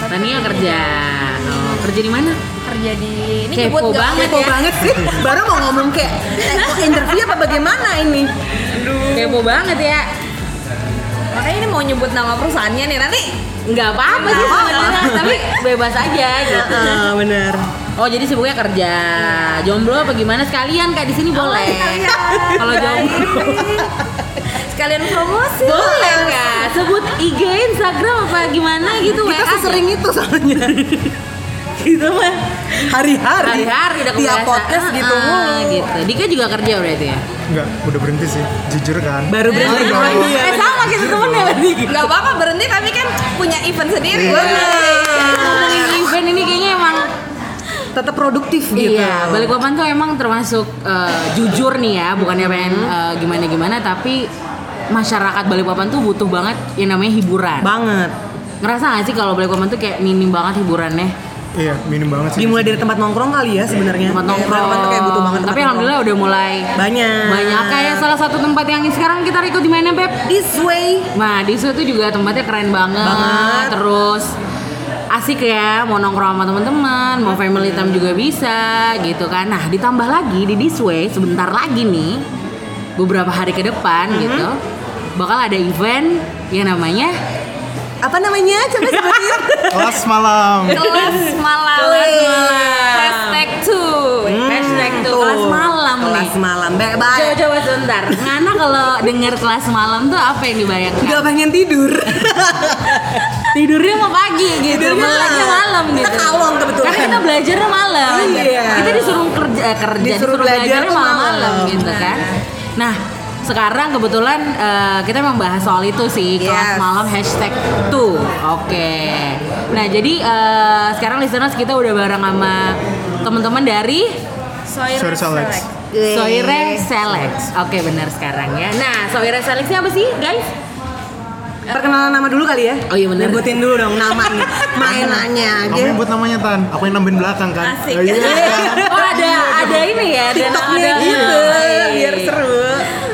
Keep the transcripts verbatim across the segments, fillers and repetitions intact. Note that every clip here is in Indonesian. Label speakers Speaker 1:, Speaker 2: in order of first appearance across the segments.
Speaker 1: Tania kerja. Oh, kerja di mana?
Speaker 2: Kerja di ini
Speaker 1: Kepo
Speaker 2: nyebut nggak?
Speaker 1: banget
Speaker 3: Kepo
Speaker 1: ya.
Speaker 3: banget sih. Baru mau ngomong kayak eh, interview apa bagaimana ini?
Speaker 1: Kepo banget ya.
Speaker 2: Makanya ini mau nyebut nama perusahaannya nih nanti.
Speaker 1: Nggak apa-apa sih sebenarnya, tapi bebas aja gitu.
Speaker 3: Ah, bener.
Speaker 1: Oh jadi sibuknya kerja, jomblo apa gimana sekalian kayak di sini boleh. Kalau jomblo
Speaker 2: Sekalian promosi.
Speaker 1: boleh nggak? Sebut I G, Instagram apa gimana gitu?
Speaker 3: Kita
Speaker 1: W A
Speaker 3: sesering itu soalnya.
Speaker 1: gitu mah.
Speaker 3: Hari-hari.
Speaker 1: Hari-hari udah
Speaker 3: tiap
Speaker 1: kebiasaan.
Speaker 3: podcast gitu
Speaker 1: Ah,
Speaker 3: mulu.
Speaker 1: gitu. Dika juga kerja berarti ya?
Speaker 4: Enggak, udah berhenti sih, jujur kan.
Speaker 3: Baru berhenti.
Speaker 4: Baru
Speaker 3: Oh, iya.
Speaker 1: Eh sama gitu temennya berarti.
Speaker 2: Nggak apa-apa berhenti tapi kan punya event sendiri.
Speaker 1: Ngomongin event ini kayaknya emang
Speaker 3: Tetap produktif gitu.
Speaker 1: iya, Balikpapan tuh emang termasuk eh, jujur nih ya, bukannya pengen eh, gimana-gimana, tapi masyarakat Balikpapan tuh butuh banget yang namanya hiburan.
Speaker 3: Banget.
Speaker 1: Ngerasa gak sih kalau Balikpapan tuh kayak minim banget hiburannya?
Speaker 4: Iya, minim banget sih.
Speaker 3: Dimulai dari tempat nongkrong kali ya sebenarnya.
Speaker 1: Tempat nongkrong.
Speaker 3: Balikpapan tuh kayak butuh banget tempat
Speaker 1: Tapi alhamdulillah udah mulai
Speaker 3: nongkrong. banyak.
Speaker 1: banyak. Kayak salah satu tempat yang sekarang kita ikut di mana, Beb?
Speaker 3: This way.
Speaker 1: Nah, di situ juga tempatnya keren banget.
Speaker 3: Banget.
Speaker 1: Terus asik ya, mau nongkrong sama teman-teman, mau family time juga bisa gitu kan. Nah, ditambah lagi di This Way sebentar lagi nih, beberapa hari ke depan gitu, bakal ada event yang namanya
Speaker 3: Apa namanya? Coba sebutin.
Speaker 4: Kelas malam.
Speaker 2: Kelas malam.
Speaker 1: Kelas malam.
Speaker 2: Hashtag two.
Speaker 1: hashtag tuh
Speaker 3: tuh.
Speaker 1: kelas malam nih.
Speaker 3: Kelas malam. Bebas.
Speaker 1: Coba coba sebentar. Ngana kalau denger kelas malam tuh apa yang dibayangkan?
Speaker 3: Gak pengen tidur.
Speaker 1: Tidurnya mau pagi gitu,
Speaker 3: Tidurnya
Speaker 1: meleknya malam
Speaker 3: kita
Speaker 1: gitu.
Speaker 3: kalong kebetulan.
Speaker 1: Karena kita belajarnya malam.
Speaker 3: Iya.
Speaker 1: Kita disuruh kerja, eh, kerja
Speaker 3: Disuruh
Speaker 1: disuruh,
Speaker 3: belajar
Speaker 1: belajarnya
Speaker 3: tuh
Speaker 1: malam-malam
Speaker 3: malam.
Speaker 1: gitu kan. Nah, sekarang kebetulan eh, kita memang bahas soal itu sih, kelas
Speaker 3: Yes.
Speaker 1: malam hashtag tuh. Oke. Nah, jadi eh, sekarang listeners kita udah bareng sama teman-teman dari
Speaker 2: Soire
Speaker 4: Soire Select.
Speaker 2: Select.
Speaker 1: Soire Select. Oke, benar sekarang ya. Nah, Soire Select ini apa sih, guys?
Speaker 3: Perkenalan nama dulu kali ya.
Speaker 1: Oh iya bener.
Speaker 3: Nyebutin dulu dong namanya. Main nanya
Speaker 4: Kamu
Speaker 3: aja.
Speaker 4: yang buat namanya Tan, aku yang nambahin belakang kan.
Speaker 2: Asik.
Speaker 4: Oh, iya.
Speaker 1: Oh, ada ada ini ya, ada
Speaker 3: TikToknya
Speaker 1: ada
Speaker 3: gitu,
Speaker 1: Iya.
Speaker 3: biar seru.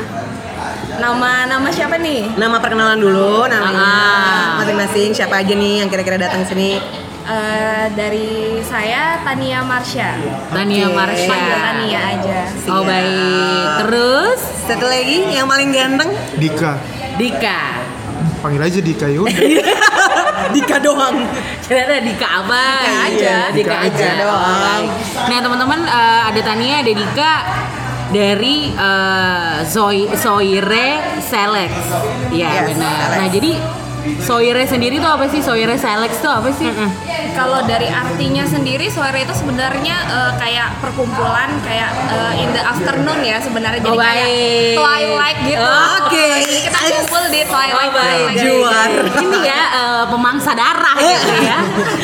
Speaker 2: Nama nama siapa nih?
Speaker 3: Nama perkenalan dulu, namanya
Speaker 1: Ah.
Speaker 3: masing-masing siapa aja nih yang kira-kira datang sini.
Speaker 2: Eh, dari saya Tania Marsha.
Speaker 1: Tania
Speaker 3: Oke.
Speaker 1: Marsha.
Speaker 2: Panggil Tania aja.
Speaker 1: Oh
Speaker 3: Siap.
Speaker 1: baik. Terus
Speaker 3: Satu lagi yang paling ganteng,
Speaker 4: Dika,
Speaker 1: Dika.
Speaker 4: panggil aja Dika yaudah.
Speaker 3: Dika doang.
Speaker 1: Ternyata Dika apa?
Speaker 3: Dika
Speaker 1: Iya,
Speaker 3: aja.
Speaker 1: Dika
Speaker 4: Dika
Speaker 1: aja
Speaker 4: aja
Speaker 3: doang.
Speaker 1: Oh, baik. Nah teman-teman eh, ada Tania, ada Dika dari eh, Zoe Soire Select. Iya
Speaker 3: Yes,
Speaker 1: benar.
Speaker 3: Select.
Speaker 1: Nah jadi Soire sendiri tuh apa sih? Soire Select tuh apa sih?
Speaker 2: Kalau dari artinya sendiri, Soire itu sebenarnya eh, kayak perkumpulan, kayak eh, in the afternoon ya sebenarnya. Jadi
Speaker 1: Oh,
Speaker 2: kayak
Speaker 1: baik.
Speaker 2: twilight gitu.
Speaker 3: Oke.
Speaker 2: Jadi kita kumpul di twilight.
Speaker 1: Oh, baik.
Speaker 2: twilight.
Speaker 3: Juar.
Speaker 1: Ini ya eh, pemangsa darah gitu ya.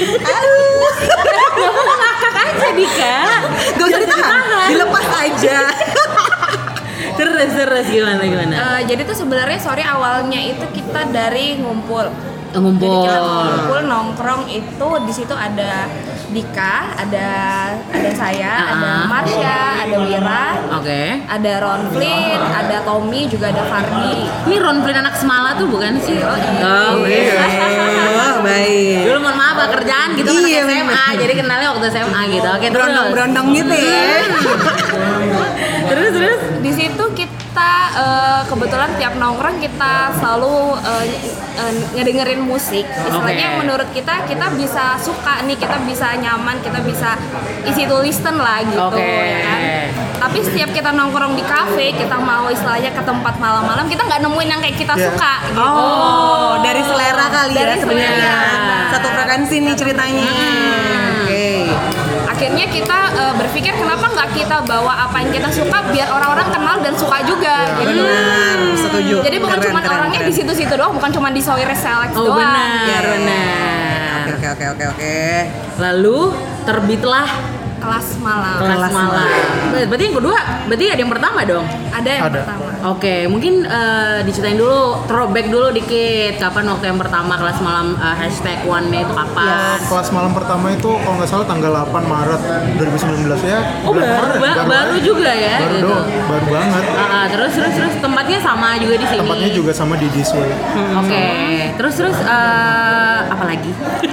Speaker 1: Gak mau ngakak aja Dika.
Speaker 3: Gak usah ditahan, dilepas aja.
Speaker 1: Terus terus gimana gimana?
Speaker 2: Eh, jadi tuh sebenarnya sorry awalnya itu kita dari ngumpul.
Speaker 1: Ngumpul.
Speaker 2: Jadi kita ngumpul nongkrong itu di situ ada Dika, ada ada saya,
Speaker 1: Ah.
Speaker 2: ada Marsha, ada Wira,
Speaker 1: Oke.
Speaker 2: ada Ron Flynn, ada Tommy, juga ada Fardi.
Speaker 1: Ini Ron Flynn anak Semala tuh bukan sih?
Speaker 2: Oh, iya.
Speaker 1: Oh, iya.
Speaker 3: Oh, baik.
Speaker 1: Dulu mohon maaf ah, kerjaan gitu kan
Speaker 3: Iya,
Speaker 1: S M A,
Speaker 3: memang.
Speaker 1: jadi kenalnya waktu S M A gitu. Oke, terus.
Speaker 3: Berondong-berondong gitu ya.
Speaker 1: Terus terus.
Speaker 2: Di situ kita eh, kebetulan tiap nongkrong kita selalu eh, eh, ngedengerin musik. Istilahnya
Speaker 1: Oke.
Speaker 2: menurut kita kita bisa suka nih, kita bisa nyaman, kita bisa easy to listen lah gitu.
Speaker 1: Oke.
Speaker 2: Ya kan? Tapi setiap kita nongkrong di kafe, kita mau istilahnya ke tempat malam-malam, kita nggak nemuin yang kayak kita
Speaker 4: Iya.
Speaker 2: suka gitu.
Speaker 3: Oh, dari selera kali
Speaker 2: Dari
Speaker 3: ya sebenarnya.
Speaker 2: selera.
Speaker 3: Satu frekuensi nih ceritanya. Oke.
Speaker 2: Akhirnya kita eh, berpikir kenapa nggak kita bawa apa yang kita suka biar orang-orang kenal dan suka juga.
Speaker 4: Ya,
Speaker 2: Jadi
Speaker 3: Benar, setuju.
Speaker 2: Jadi bukan
Speaker 3: Keren,
Speaker 2: cuma
Speaker 3: keren,
Speaker 2: orangnya
Speaker 3: keren.
Speaker 2: di situ-situ doang, bukan cuma di Soire Select
Speaker 1: Oh
Speaker 2: doang.
Speaker 1: benar,
Speaker 3: Iya.
Speaker 1: benar.
Speaker 3: Oke, oke, oke, oke, oke.
Speaker 1: Lalu terbitlah
Speaker 2: kelas malam.
Speaker 1: Kelas,
Speaker 3: Kelas
Speaker 1: malam. Berarti yang kedua, berarti ada yang pertama dong?
Speaker 2: Ada yang
Speaker 4: Ada.
Speaker 2: pertama.
Speaker 1: Oke, mungkin eh, diceritain dulu, throwback dulu dikit. Kapan waktu yang pertama kelas malam eh, hashtag one-nya itu kapan?
Speaker 4: Kelas malam pertama itu kalau nggak salah tanggal delapan Maret dua ribu sembilan belas ya.
Speaker 1: Oh
Speaker 4: bulan
Speaker 1: baru,
Speaker 4: Maret,
Speaker 1: ba- baru
Speaker 4: aja.
Speaker 1: juga ya
Speaker 4: Baru
Speaker 1: gitu.
Speaker 4: dong, baru banget.
Speaker 1: Ah, ah, terus terus terus tempatnya sama juga di sini.
Speaker 4: Tempatnya juga sama di This Way.
Speaker 1: Oke, terus terus eh, apa lagi?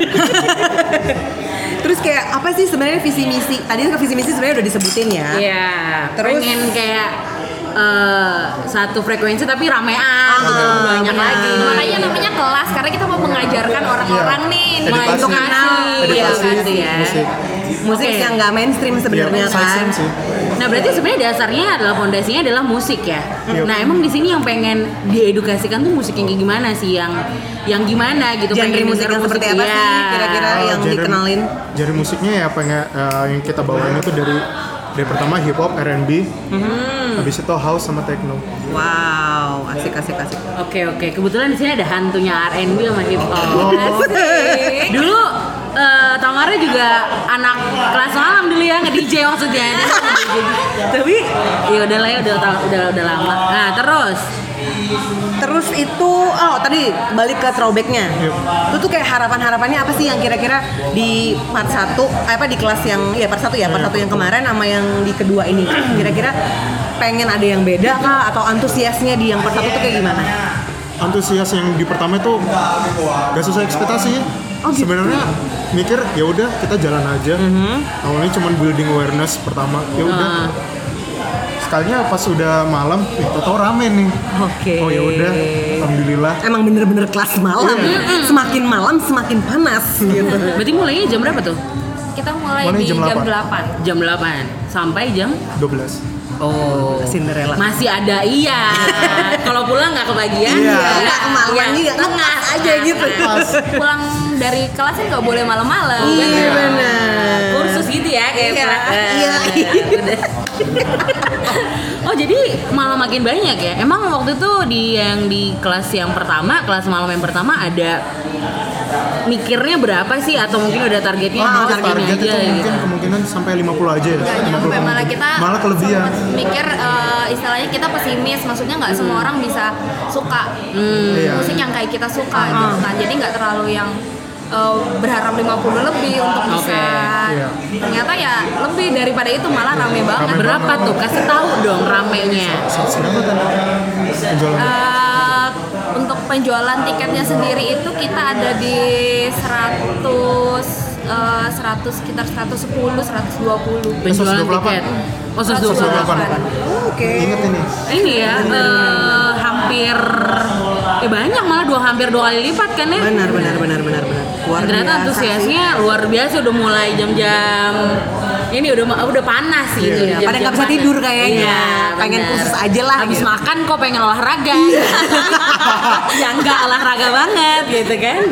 Speaker 3: Terus kayak apa sih sebenarnya visi misi? Tadi kan visi misi sebenarnya udah disebutin ya.
Speaker 1: Iya,
Speaker 3: Terus?
Speaker 1: pengen kayak eh, satu frekuensi tapi ramean gitu,
Speaker 3: Ah,
Speaker 1: banyak
Speaker 3: benar.
Speaker 1: lagi.
Speaker 2: Makanya namanya kelas karena kita mau mengajarkan orang-orang
Speaker 4: Iya.
Speaker 2: nih
Speaker 4: Edukasi.
Speaker 1: Edukasi,
Speaker 4: Edukasi,
Speaker 1: edukasi ya.
Speaker 4: musik.
Speaker 3: Musik
Speaker 1: Oke.
Speaker 3: yang nggak mainstream sebenarnya
Speaker 4: Iya,
Speaker 3: kan.
Speaker 4: side-scene sih.
Speaker 1: Nah berarti sebenarnya dasarnya adalah fondasinya adalah musik ya.
Speaker 4: Iya.
Speaker 1: Nah emang di sini yang pengen diedukasikan tuh musik yang kayak gimana sih, yang yang gimana gitu?
Speaker 3: Genre
Speaker 1: pengen
Speaker 3: musik
Speaker 1: denger
Speaker 3: yang seperti apa
Speaker 1: iya.
Speaker 3: sih kira-kira
Speaker 4: Oh,
Speaker 3: yang
Speaker 4: genre-
Speaker 3: dikenalin?
Speaker 4: Genre musiknya ya pengen eh, yang kita bawain itu dari dari pertama hip hop, R and B,
Speaker 3: Hmm.
Speaker 4: habis itu house sama techno.
Speaker 3: Wow, asik asik asik.
Speaker 1: Oke oke, kebetulan di sini ada hantunya R and B sama hip hop.
Speaker 4: Oh.
Speaker 2: Asik.
Speaker 1: Dulu eh, Tamara juga anak kelas malam dulu ya, nge-D J maksudnya. Dia nge-D J. Tapi ya udah lah ya, udah udah udah lama. Nah terus
Speaker 3: Terus itu, oh tadi balik ke throwbacknya.
Speaker 4: Yep.
Speaker 3: Itu tuh kayak harapan-harapannya apa sih yang kira-kira di part satu, eh, apa di kelas yang, ya part satu ya, part satu yang kemarin sama yang di kedua ini. Kira-kira pengen ada yang beda kah? Atau antusiasnya di yang part satu tuh kayak gimana?
Speaker 4: Antusias yang di pertama itu gak sesuai ekspektasi ya.
Speaker 3: Oh, gitu.
Speaker 4: Sebenarnya mikir ya udah kita jalan aja. Awalnya cuma building awareness pertama. Ya udah.
Speaker 1: Ah.
Speaker 4: Sekalinya pas udah malam, ih, tau rame nih.
Speaker 3: Oke.
Speaker 4: Oh ya udah, alhamdulillah.
Speaker 3: Emang bener-bener kelas malam. Semakin malam semakin panas gitu.
Speaker 1: berarti mulainya jam berapa tuh?
Speaker 2: Kita mulai
Speaker 4: Mulai
Speaker 2: di
Speaker 4: jam
Speaker 2: jam
Speaker 4: delapan.
Speaker 2: delapan.
Speaker 1: Jam delapan sampai jam
Speaker 4: dua belas.
Speaker 1: Oh,
Speaker 3: Cinderella.
Speaker 1: masih ada iya. Kalau pulang nggak kebagian,
Speaker 4: Iya.
Speaker 3: Nggak kemalaman juga, ngepas aja gitu.
Speaker 4: Pas.
Speaker 2: Pulang dari kelas kan nggak boleh malam-malam.
Speaker 3: Iya
Speaker 2: kan?
Speaker 3: benar.
Speaker 1: Kursus gitu ya kayak
Speaker 3: Iya,
Speaker 1: pra- eh,
Speaker 3: iya.
Speaker 1: udah. Oh jadi malah makin banyak ya. Emang waktu itu di yang di kelas yang pertama, kelas malam yang pertama ada mikirnya berapa sih atau mungkin udah targetnya
Speaker 3: Wah,
Speaker 1: oh,
Speaker 4: Target
Speaker 1: segini
Speaker 4: itu
Speaker 1: aja
Speaker 4: mungkin
Speaker 1: gitu.
Speaker 4: kemungkinan sampai lima puluh aja ya.
Speaker 2: Nggak
Speaker 4: lima puluh
Speaker 2: nyampe, malah kita
Speaker 4: malah kelebihan.
Speaker 2: sempet mikir eh, istilahnya kita pesimis, maksudnya nggak semua orang bisa suka
Speaker 4: Iya.
Speaker 2: musik yang kayak kita suka gitu kan, jadi nggak terlalu yang eh, berharap lima puluh lebih untuk bisa
Speaker 1: Oke.
Speaker 4: Iya.
Speaker 2: ternyata ya lebih daripada itu, malah rame banget.
Speaker 4: Rame
Speaker 1: Berapa
Speaker 4: banget.
Speaker 1: tuh? Kasih tahu dong ramenya.
Speaker 4: Berapa kan penjualan?
Speaker 2: Eh, untuk penjualan tiketnya sendiri itu kita ada di seratus eh, seratus sekitar seratus sepuluh seratus dua puluh.
Speaker 1: Penjualan
Speaker 4: seratus dua puluh delapan.
Speaker 1: tiket. Oh, seratus dua puluh delapan.
Speaker 3: Oke.
Speaker 4: Ingat ini.
Speaker 1: Ini ya eh, hampir eh banyak malah dua hampir dua kali lipat kan ya.
Speaker 3: Benar benar benar benar benar. Luar
Speaker 1: Ternyata
Speaker 3: biasa
Speaker 1: antusiasnya luar biasa, udah mulai jam-jam ini udah udah panas gitu.
Speaker 3: Iya,
Speaker 1: jam-jam
Speaker 3: pada nggak bisa
Speaker 1: panas.
Speaker 3: tidur kayaknya.
Speaker 1: Iya,
Speaker 3: Pengen
Speaker 1: benar.
Speaker 3: kursus aja lah,
Speaker 1: Habis
Speaker 3: gitu.
Speaker 1: makan kok pengen olahraga. Ya enggak olahraga banget gitu kan.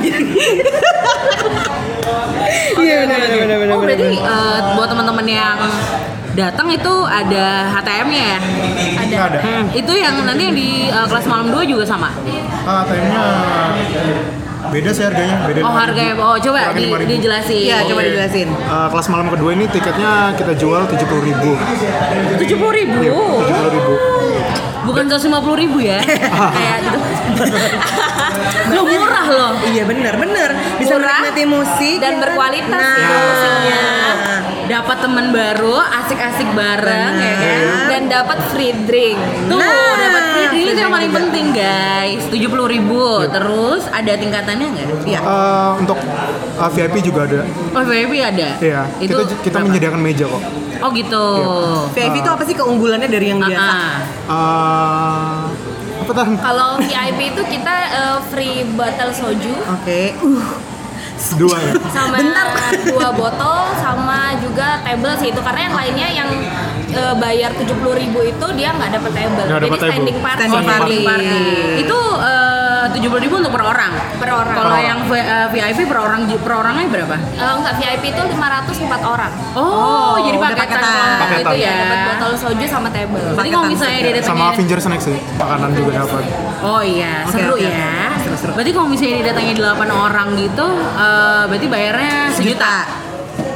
Speaker 3: Iya benar benar benar benar.
Speaker 1: Oh berarti eh, buat teman-teman yang datang itu ada H T M-nya ya?
Speaker 2: Ada.
Speaker 4: Nggak ada.
Speaker 1: Itu yang nanti yang di eh, kelas malam dua juga sama?
Speaker 4: Ah, timenya beda sih harganya. Beda
Speaker 1: Oh
Speaker 4: lima ribu.
Speaker 1: harganya, oh coba
Speaker 4: Kurangin
Speaker 1: di,
Speaker 4: lima ribu.
Speaker 1: dijelasin.
Speaker 3: Iya, coba
Speaker 4: Oke.
Speaker 3: dijelasin.
Speaker 4: Eh, kelas malam kedua ini tiketnya kita jual tujuh puluh ribu.
Speaker 1: tujuh puluh ribu?
Speaker 4: tujuh puluh ribu.
Speaker 1: Bukan seratus lima puluh ribu ya? Kayak gitu. Lo murah loh.
Speaker 3: Iya benar benar. Bisa
Speaker 2: Murah
Speaker 3: menikmati musik
Speaker 2: dan
Speaker 3: ya kan?
Speaker 2: berkualitas
Speaker 3: Nah,
Speaker 2: gitu musiknya.
Speaker 1: Dapat teman baru, asik-asik bareng ya kan?
Speaker 2: Dan dapat free drink.
Speaker 1: Tuh,
Speaker 3: Nah,
Speaker 1: dapat free drink itu yang paling
Speaker 3: juga.
Speaker 1: penting guys. tujuh puluh ribu. Terus ada tingkatannya nggak?
Speaker 3: Iya.
Speaker 4: Eh, untuk eh, V I P juga ada.
Speaker 1: Oh V I P ada?
Speaker 4: Iya.
Speaker 1: Itu
Speaker 4: kita kita
Speaker 1: berapa?
Speaker 4: menyediakan meja kok.
Speaker 1: Oh gitu.
Speaker 3: V I P itu apa sih keunggulannya dari yang biasa?
Speaker 1: Ah,
Speaker 4: Eh, apa tan?
Speaker 2: Kalau V I P itu kita eh, free botol soju
Speaker 3: Oke. Uh,
Speaker 4: Dua ya.
Speaker 2: sama dua botol sama juga table sih itu, karena yang lainnya yang eh, bayar tujuh puluh ribu itu dia nggak dapat table.
Speaker 4: Nggak
Speaker 2: Jadi
Speaker 4: dapat table.
Speaker 2: standing party.
Speaker 3: Standing
Speaker 1: standing
Speaker 3: party.
Speaker 1: party. Itu tujuh puluh ribu untuk per orang.
Speaker 2: Per orang.
Speaker 1: Kalau
Speaker 4: Per orang.
Speaker 1: yang V- eh, V I P per orang per orangnya berapa?
Speaker 2: Eh, enggak, V I P itu lima ratus empat orang.
Speaker 1: Oh,
Speaker 3: Oh,
Speaker 1: jadi
Speaker 3: udah
Speaker 1: paketan
Speaker 3: paketan.
Speaker 1: kelompok
Speaker 4: Paketan.
Speaker 1: itu ya.
Speaker 2: Dapat botol soju sama table.
Speaker 1: Berarti kalau misalnya dia datangnya
Speaker 4: Sama Avenger Snack sih. Makanan juga dapat.
Speaker 1: Oh iya,
Speaker 3: Oke,
Speaker 1: seru
Speaker 3: oke,
Speaker 1: ya.
Speaker 3: oke. Seru-seru.
Speaker 1: Berarti kalau misalnya didatangnya delapan orang gitu, eh, berarti bayarnya sejuta.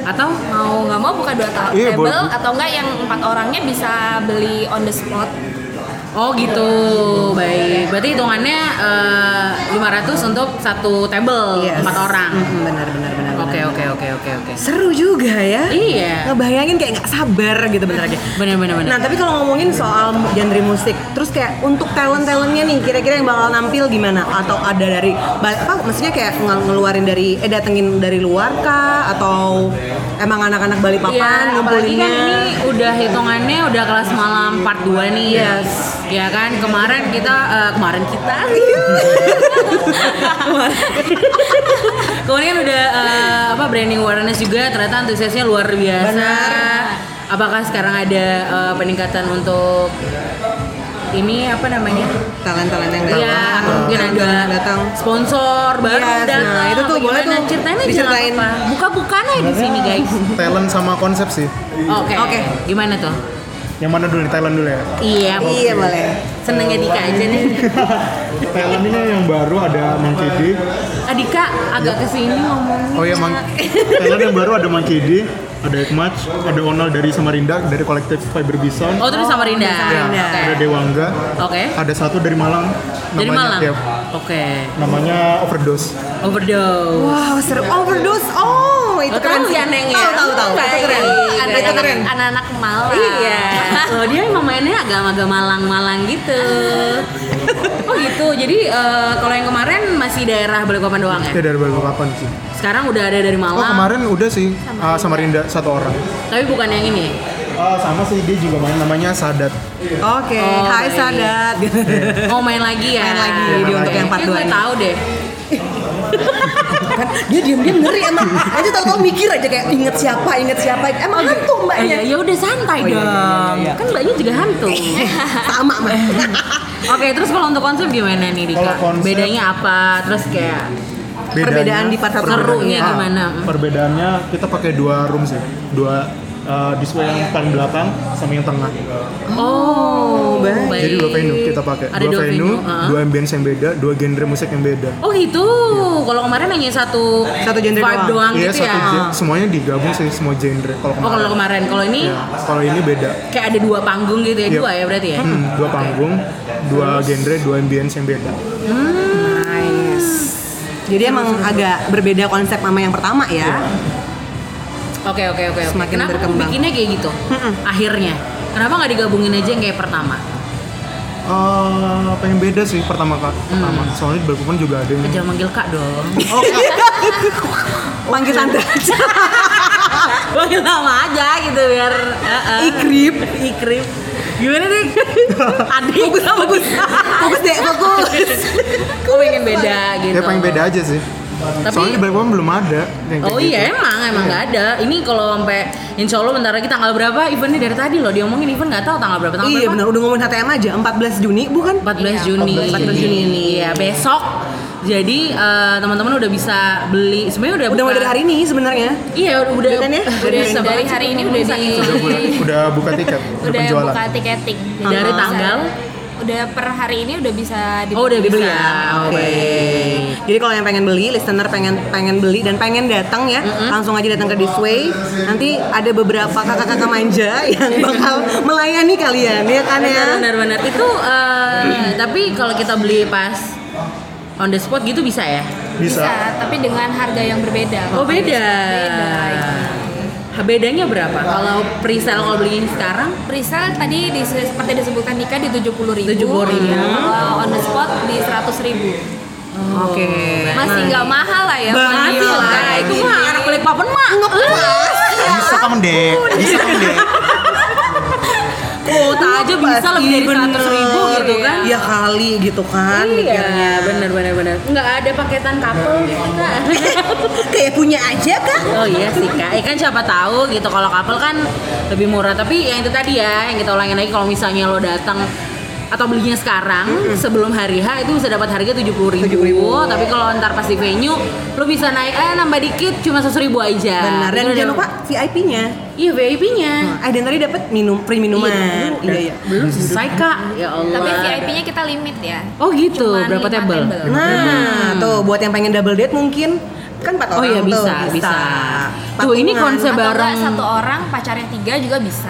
Speaker 1: Atau
Speaker 2: Mau nggak mau buka dua ta-
Speaker 4: Iya,
Speaker 2: table
Speaker 4: boleh.
Speaker 2: atau enggak yang empat orangnya bisa beli on the spot.
Speaker 1: oh gitu. Baik. Berarti hitungannya eh, lima ratus untuk satu table
Speaker 3: Yes.
Speaker 1: empat orang.
Speaker 3: Mm-mm, benar benar benar.
Speaker 1: Oke
Speaker 3: benar.
Speaker 1: oke oke oke oke.
Speaker 3: Seru juga ya.
Speaker 1: Iya.
Speaker 3: Ngebayangin kayak nggak sabar gitu bener aja.
Speaker 1: Bener bener bener.
Speaker 3: Nah tapi kalau ngomongin soal genre musik, terus kayak untuk talent talentnya nih, kira-kira yang bakal nampil gimana? Atau ada dari apa? Maksudnya kayak ngel- ngeluarin dari, eh datengin dari luar kah? Atau emang anak-anak Balikpapan
Speaker 1: Iya, apalagi
Speaker 3: ngumpulinnya?
Speaker 1: kan ini udah hitungannya udah kelas malam part dua nih.
Speaker 3: Yes.
Speaker 1: Ya kan kemarin kita eh, kemarin kita kemarin kan udah eh, apa branding awareness juga, ternyata antusiasnya luar biasa.
Speaker 3: Benar.
Speaker 1: Apakah sekarang ada eh, peningkatan untuk ini apa namanya?
Speaker 3: Talent-talent yang datang.
Speaker 1: Iya, atau mungkin
Speaker 3: Talent
Speaker 1: ada
Speaker 3: yang datang.
Speaker 1: sponsor baru
Speaker 3: Yes,
Speaker 1: datang.
Speaker 3: nah, itu tuh
Speaker 1: apa
Speaker 3: boleh
Speaker 1: gimana?
Speaker 3: tuh
Speaker 1: Ceritain aja
Speaker 3: diceritain.
Speaker 1: nggak apa-apa. Buka-bukaan aja di sini guys.
Speaker 4: Talent sama konsep sih.
Speaker 1: Oke.
Speaker 3: Oke.
Speaker 1: Gimana tuh?
Speaker 4: Yang mana dulu nih? Talent dulu ya.
Speaker 1: Iya,
Speaker 3: Iya boleh.
Speaker 1: senengnya Dika aja nih.
Speaker 4: Talent ini yang baru ada Monkey D.
Speaker 1: Adika agak kesini ngomongnya.
Speaker 4: Oh iya, Mang. Talent yang baru ada Monkey D, ada Ekmach, ada Onal dari Samarinda dari kolektif Fiber Bison.
Speaker 1: Oh, terus sama Rinda.
Speaker 3: dari Samarinda.
Speaker 1: Oke.
Speaker 4: Ada Dewangga.
Speaker 1: Oke.
Speaker 4: Ada satu dari Malang.
Speaker 1: Dari
Speaker 4: namanya-
Speaker 1: Malang.
Speaker 4: ya,
Speaker 1: Oke.
Speaker 4: namanya Overdose.
Speaker 1: Overdose.
Speaker 3: Wow seru. Overdose. Oh itu
Speaker 1: Oh,
Speaker 3: keren
Speaker 1: tahu
Speaker 3: sih.
Speaker 1: ya, Neng, ya?
Speaker 3: Tahu tahu tahu. Itu
Speaker 1: Baik.
Speaker 3: keren.
Speaker 1: Ada-
Speaker 3: Itu keren.
Speaker 2: Anak-anak Malang.
Speaker 1: Iya. Oh, dia emang mainnya agak-agak Malang-Malang gitu. Oh gitu. Jadi eh, kalau yang kemarin masih daerah Balikpapan doang ya?
Speaker 4: Ya dari Balikpapan sih.
Speaker 1: Sekarang udah ada dari
Speaker 4: Oh
Speaker 1: Malang.
Speaker 4: kemarin udah sih ah, Samarinda satu orang.
Speaker 1: Tapi bukan yang ini.
Speaker 4: Ah, sama sih dia juga main namanya Sadat.
Speaker 3: Oke.
Speaker 1: Oh,
Speaker 3: Hai
Speaker 1: baik.
Speaker 3: Sadat.
Speaker 1: Oh, main lagi ya.
Speaker 3: Main lagi
Speaker 4: di
Speaker 3: untuk
Speaker 1: Oke.
Speaker 3: yang part
Speaker 1: Kayaknya
Speaker 3: dua
Speaker 1: gue
Speaker 3: ini.
Speaker 1: tahu deh.
Speaker 3: Kan dia diam-diam ngeri emang. Nanti tahu-tahu mikir aja kayak inget siapa, inget siapa. Emang hantu
Speaker 1: Oh,
Speaker 3: mbaknya.
Speaker 1: ya, ya udah santai
Speaker 3: Oh, iya,
Speaker 1: dong.
Speaker 3: iya, iya, iya.
Speaker 1: Kan mbaknya juga hantu.
Speaker 3: Sama mah.
Speaker 1: Oke, terus kalau untuk konsep gimana nih Dika?
Speaker 4: Kalau konsep-
Speaker 1: Bedanya apa? Terus kayak
Speaker 3: Perbedaan di part satu
Speaker 1: serunya
Speaker 4: Ah,
Speaker 1: gimana?
Speaker 4: Perbedaannya kita pakai dua room sih. Dua uh, display yang paling belakang sama yang tengah.
Speaker 1: Oh,
Speaker 3: baik.
Speaker 4: Jadi dua venue kita pakai.
Speaker 1: Ada
Speaker 4: Dua,
Speaker 1: dua
Speaker 4: venue,
Speaker 1: uh-huh.
Speaker 4: dua ambience yang beda, dua genre musik yang beda.
Speaker 1: Oh gitu. Kalau kemarin hanya satu
Speaker 3: Satu genre
Speaker 1: vibe
Speaker 3: doang.
Speaker 1: doang
Speaker 4: Iya,
Speaker 1: gitu
Speaker 4: satu
Speaker 1: ya.
Speaker 4: gen- semuanya digabung sih, semua genre. Kalau
Speaker 1: Oh,
Speaker 4: kemarin.
Speaker 1: kalau kemarin, kalau ini
Speaker 4: Ya, kalau ini beda.
Speaker 1: kayak ada dua panggung gitu ya,
Speaker 4: Yep.
Speaker 1: dua ya berarti ya.
Speaker 4: Hmm, dua panggung, dua genre, dua ambience yang beda.
Speaker 3: Nice. Jadi emang agak berbeda konsep sama yang pertama ya.
Speaker 1: Oke oke oke. oke.
Speaker 3: Semakin
Speaker 1: Kenapa
Speaker 3: berkembang.
Speaker 1: bikinnya kayak gitu? Akhirnya. Kenapa nggak digabungin aja yang kayak pertama?
Speaker 4: Uh, pengen beda sih pertama kak.
Speaker 1: Hmm.
Speaker 4: Pertama, soalnya di Balikpapan juga ada yang.
Speaker 1: Jangan manggil kak dong.
Speaker 3: Panggil tante aja.
Speaker 1: Panggil nama aja gitu biar. uh-uh.
Speaker 3: Ikrip.
Speaker 1: Ikrip. Gimana deh? Adik.
Speaker 3: Fokus, fokus. Fokus deh, fokus.
Speaker 1: Kok pengen beda gitu?
Speaker 4: Ya pengen beda aja sih.
Speaker 1: Tapi-
Speaker 4: Soalnya di Balikpapan belum ada yang kayak
Speaker 1: Oh
Speaker 4: gitu.
Speaker 1: iya emang emang nggak ada. Ini kalau sampai Insya Allah bentar lagi tanggal berapa? Eventnya dari tadi loh diomongin event nggak tahu tanggal berapa tanggal
Speaker 3: Iya
Speaker 1: berapa?
Speaker 3: benar, udah ngomongin H T M aja empat belas Juni bukan?
Speaker 1: empat belas
Speaker 2: Iya,
Speaker 1: Juni.
Speaker 3: empat belas Juni ini.
Speaker 1: Iya besok. Jadi eh, teman-teman udah bisa beli. Sebenarnya udah
Speaker 3: Udah mulai
Speaker 1: buka-
Speaker 3: dari hari ini sebenarnya.
Speaker 1: Iya udah.
Speaker 3: Udah kan ya?
Speaker 1: Udah,
Speaker 2: Udah
Speaker 1: bisa
Speaker 2: dari
Speaker 1: banget
Speaker 2: hari
Speaker 1: sih,
Speaker 2: ini
Speaker 1: ngomong
Speaker 2: udah
Speaker 1: bisa
Speaker 2: di-
Speaker 1: gitu.
Speaker 4: Udah, bu- udah buka tiket, udah
Speaker 2: Udah
Speaker 4: penjualan.
Speaker 2: buka tiketing. Jadi
Speaker 1: Dari
Speaker 2: bisa-
Speaker 1: tanggal?
Speaker 2: Udah per hari ini udah bisa dibeli.
Speaker 1: Oh udah bisa.
Speaker 3: Dibeli ya. Oke. Jadi kalau yang pengen beli, listener pengen pengen beli dan pengen datang ya, langsung aja datang ke This Way. Nanti ada beberapa kakak-kakak manja yang bakal melayani kalian, ya kan ya?
Speaker 1: Benar-benar itu. eh, tapi kalau kita beli pas on the spot gitu bisa ya?
Speaker 2: Bisa.
Speaker 4: Bisa.
Speaker 2: tapi dengan harga yang berbeda.
Speaker 1: Oh beda.
Speaker 2: Beda.
Speaker 1: Bedanya berapa? Kalau pre-sale kalau beliin sekarang?
Speaker 2: Presale tadi di, seperti disebutkan Dika di tujuh puluh ribu.
Speaker 1: tujuh puluh ribu.
Speaker 2: Kalau on the spot di seratus ribu.
Speaker 3: Oke.
Speaker 2: Masih nggak mahal lah ya.
Speaker 3: Banget
Speaker 2: buat
Speaker 3: lah.
Speaker 2: kayak
Speaker 1: Itu
Speaker 2: gini.
Speaker 1: mah anak Balikpapan mah
Speaker 4: Bisa kamu dek, bisa kamu dek.
Speaker 1: kuota aja bisa lebih dari seratus ribu gitu kan?
Speaker 3: Ya kali gitu kan mikirnya.
Speaker 1: Iya, bener bener bener. Nggak ada paketan couple gitu kak.
Speaker 3: Kayak punya aja kak.
Speaker 1: Oh iya sih kak. Ya kan siapa tahu gitu kalau couple kan lebih murah. Tapi yang itu tadi ya, yang kita ulangin lagi kalau misalnya lo datang atau belinya sekarang sebelum hari H itu bisa dapat harga tujuh puluh ribu.
Speaker 3: tujuh puluh ribu.
Speaker 1: Tapi kalau ntar pas di venue lo bisa naik eh nambah dikit cuma seratus ribu aja.
Speaker 3: Benar. Dan
Speaker 1: Itu
Speaker 3: jangan
Speaker 1: udah-
Speaker 3: lupa V I P-nya.
Speaker 1: Iya V I P-nya.
Speaker 3: Ah, dan tadi dapat minum free minuman.
Speaker 1: Iya,
Speaker 3: Iya iya.
Speaker 1: belum selesai kak. Ya Allah.
Speaker 2: Tapi V I P-nya kita limit ya.
Speaker 1: Oh gitu.
Speaker 2: Cuman
Speaker 1: Berapa
Speaker 2: lima
Speaker 1: table?
Speaker 2: table.
Speaker 3: Nah, tuh buat yang pengen double date mungkin kan empat
Speaker 1: Oh
Speaker 3: orang
Speaker 1: iya
Speaker 3: tuh,
Speaker 1: bisa, bisa. Tuh
Speaker 3: Patungan.
Speaker 1: ini konsep
Speaker 2: Atau
Speaker 1: bareng.
Speaker 2: enggak satu orang pacarnya tiga juga bisa.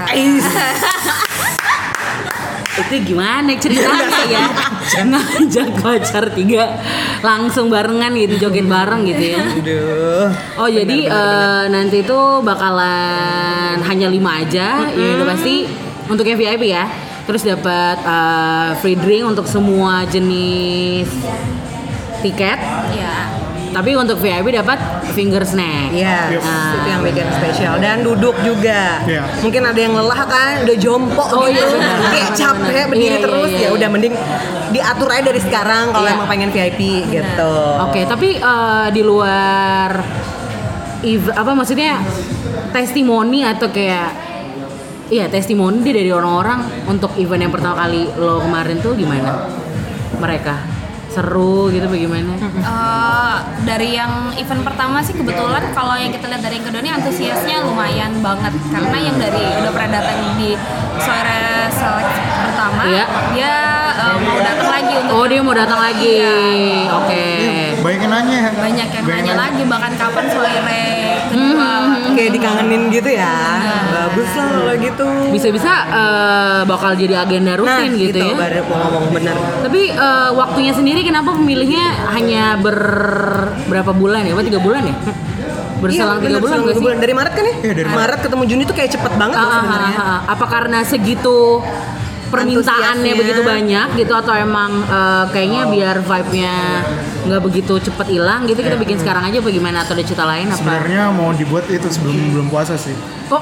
Speaker 1: Itu gimana ceritanya ya? Ngajak pacar tiga langsung barengan gitu, joget bareng gitu ya.
Speaker 3: Aduh.
Speaker 1: Oh jadi eh, nanti itu bakalan hanya lima aja, ya udah pasti untuk yang V I P ya. Terus dapat eh, free drink untuk semua jenis tiket.
Speaker 2: Iya.
Speaker 1: Tapi untuk V I P dapat finger snack.
Speaker 3: Iya,
Speaker 4: Yep.
Speaker 3: itu yang bikin spesial dan duduk juga.
Speaker 4: Iya.
Speaker 3: Mungkin ada yang lelah kan, udah jompo
Speaker 1: Oh,
Speaker 3: gitu,
Speaker 1: iya, benar,
Speaker 3: kayak
Speaker 1: benar,
Speaker 3: capek
Speaker 1: benar.
Speaker 3: berdiri
Speaker 1: Iya, iya,
Speaker 3: terus
Speaker 1: iya,
Speaker 3: ya
Speaker 1: iya.
Speaker 3: udah mending diatur aja dari sekarang kalau
Speaker 1: Iya.
Speaker 3: emang pengen V I P gitu.
Speaker 1: Oke, tapi eh, di luar ev- apa maksudnya testimoni atau kayak iya testimoni dia dari orang-orang untuk event yang pertama kali lo kemarin tuh gimana? Mereka seru gitu bagaimana?
Speaker 2: Eh, dari yang event pertama sih kebetulan kalau yang kita lihat dari yang kedua ini antusiasnya lumayan banget karena yang dari udah pernah datang di sore select pertama
Speaker 1: Iya.
Speaker 2: dia eh, mau datang lagi untuk
Speaker 1: Oh dia mau datang lagi.
Speaker 2: Iya.
Speaker 1: Oke.
Speaker 4: Banyak yang nanya.
Speaker 2: banyak yang
Speaker 4: Banyak
Speaker 2: nanya
Speaker 4: yang-
Speaker 2: lagi bahkan kapan sore kedua.
Speaker 3: Kayak dikangenin gitu ya. Bagus lah kalau gitu.
Speaker 1: Bisa-bisa eh, bakal jadi agenda rutin
Speaker 3: nah,
Speaker 1: gitu, ya.
Speaker 3: baru mau ngomong bener.
Speaker 1: Tapi eh, waktunya sendiri kenapa pemilihnya hanya ber berapa bulan ya? Apa tiga bulan ya? Berselang
Speaker 3: Iya,
Speaker 1: tiga
Speaker 3: bener,
Speaker 1: bulan
Speaker 3: selang
Speaker 1: nggak
Speaker 3: tiga
Speaker 1: sih?
Speaker 3: bulan. Dari Maret kan ya?
Speaker 4: Iya, dari
Speaker 3: Maret ketemu Juni tuh kayak cepet banget
Speaker 1: Ah,
Speaker 3: loh
Speaker 1: ah,
Speaker 3: sebenarnya.
Speaker 1: ah, ah. Apa karena segitu permintaannya
Speaker 3: Antusiasnya.
Speaker 1: begitu banyak gitu atau emang eh, kayaknya biar vibe-nya nggak begitu cepet hilang gitu kita bikin sekarang aja apa gimana atau ada cerita lain apa?
Speaker 4: Sebenarnya mau dibuat itu sebelum belum puasa sih.
Speaker 1: Oh,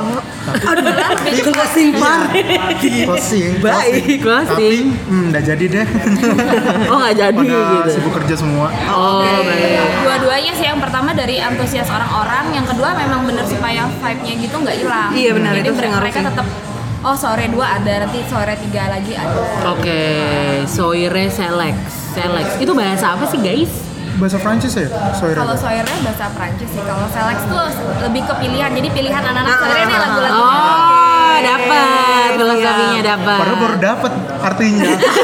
Speaker 3: Closing party.
Speaker 4: Closing.
Speaker 3: Baik.
Speaker 4: Tapi
Speaker 1: closing.
Speaker 4: hmm, nggak jadi deh.
Speaker 1: Oh nggak jadi
Speaker 4: Pada
Speaker 1: gitu.
Speaker 4: sibuk kerja semua.
Speaker 1: Oh baik.
Speaker 2: Dua-duanya sih, yang pertama dari antusias orang-orang, yang kedua memang bener supaya vibe-nya gitu nggak hilang.
Speaker 3: Iya, benar,
Speaker 2: Jadi
Speaker 3: itu sering
Speaker 2: mereka
Speaker 3: ngaruh sih.
Speaker 2: tetap oh sore dua ada, nanti sore tiga lagi ada.
Speaker 1: Oke, Soire Selex. Selex. Itu bahasa apa sih guys?
Speaker 4: Bahasa Prancis ya? Soire.
Speaker 2: Kalau soire bahasa Prancis sih, kalau Selex tuh lebih ke pilihan. Jadi pilihan anak-anak soire ini lagu-lagu.
Speaker 1: Oh, dapat filosofinya dapat.
Speaker 4: Padahal baru dapat artinya.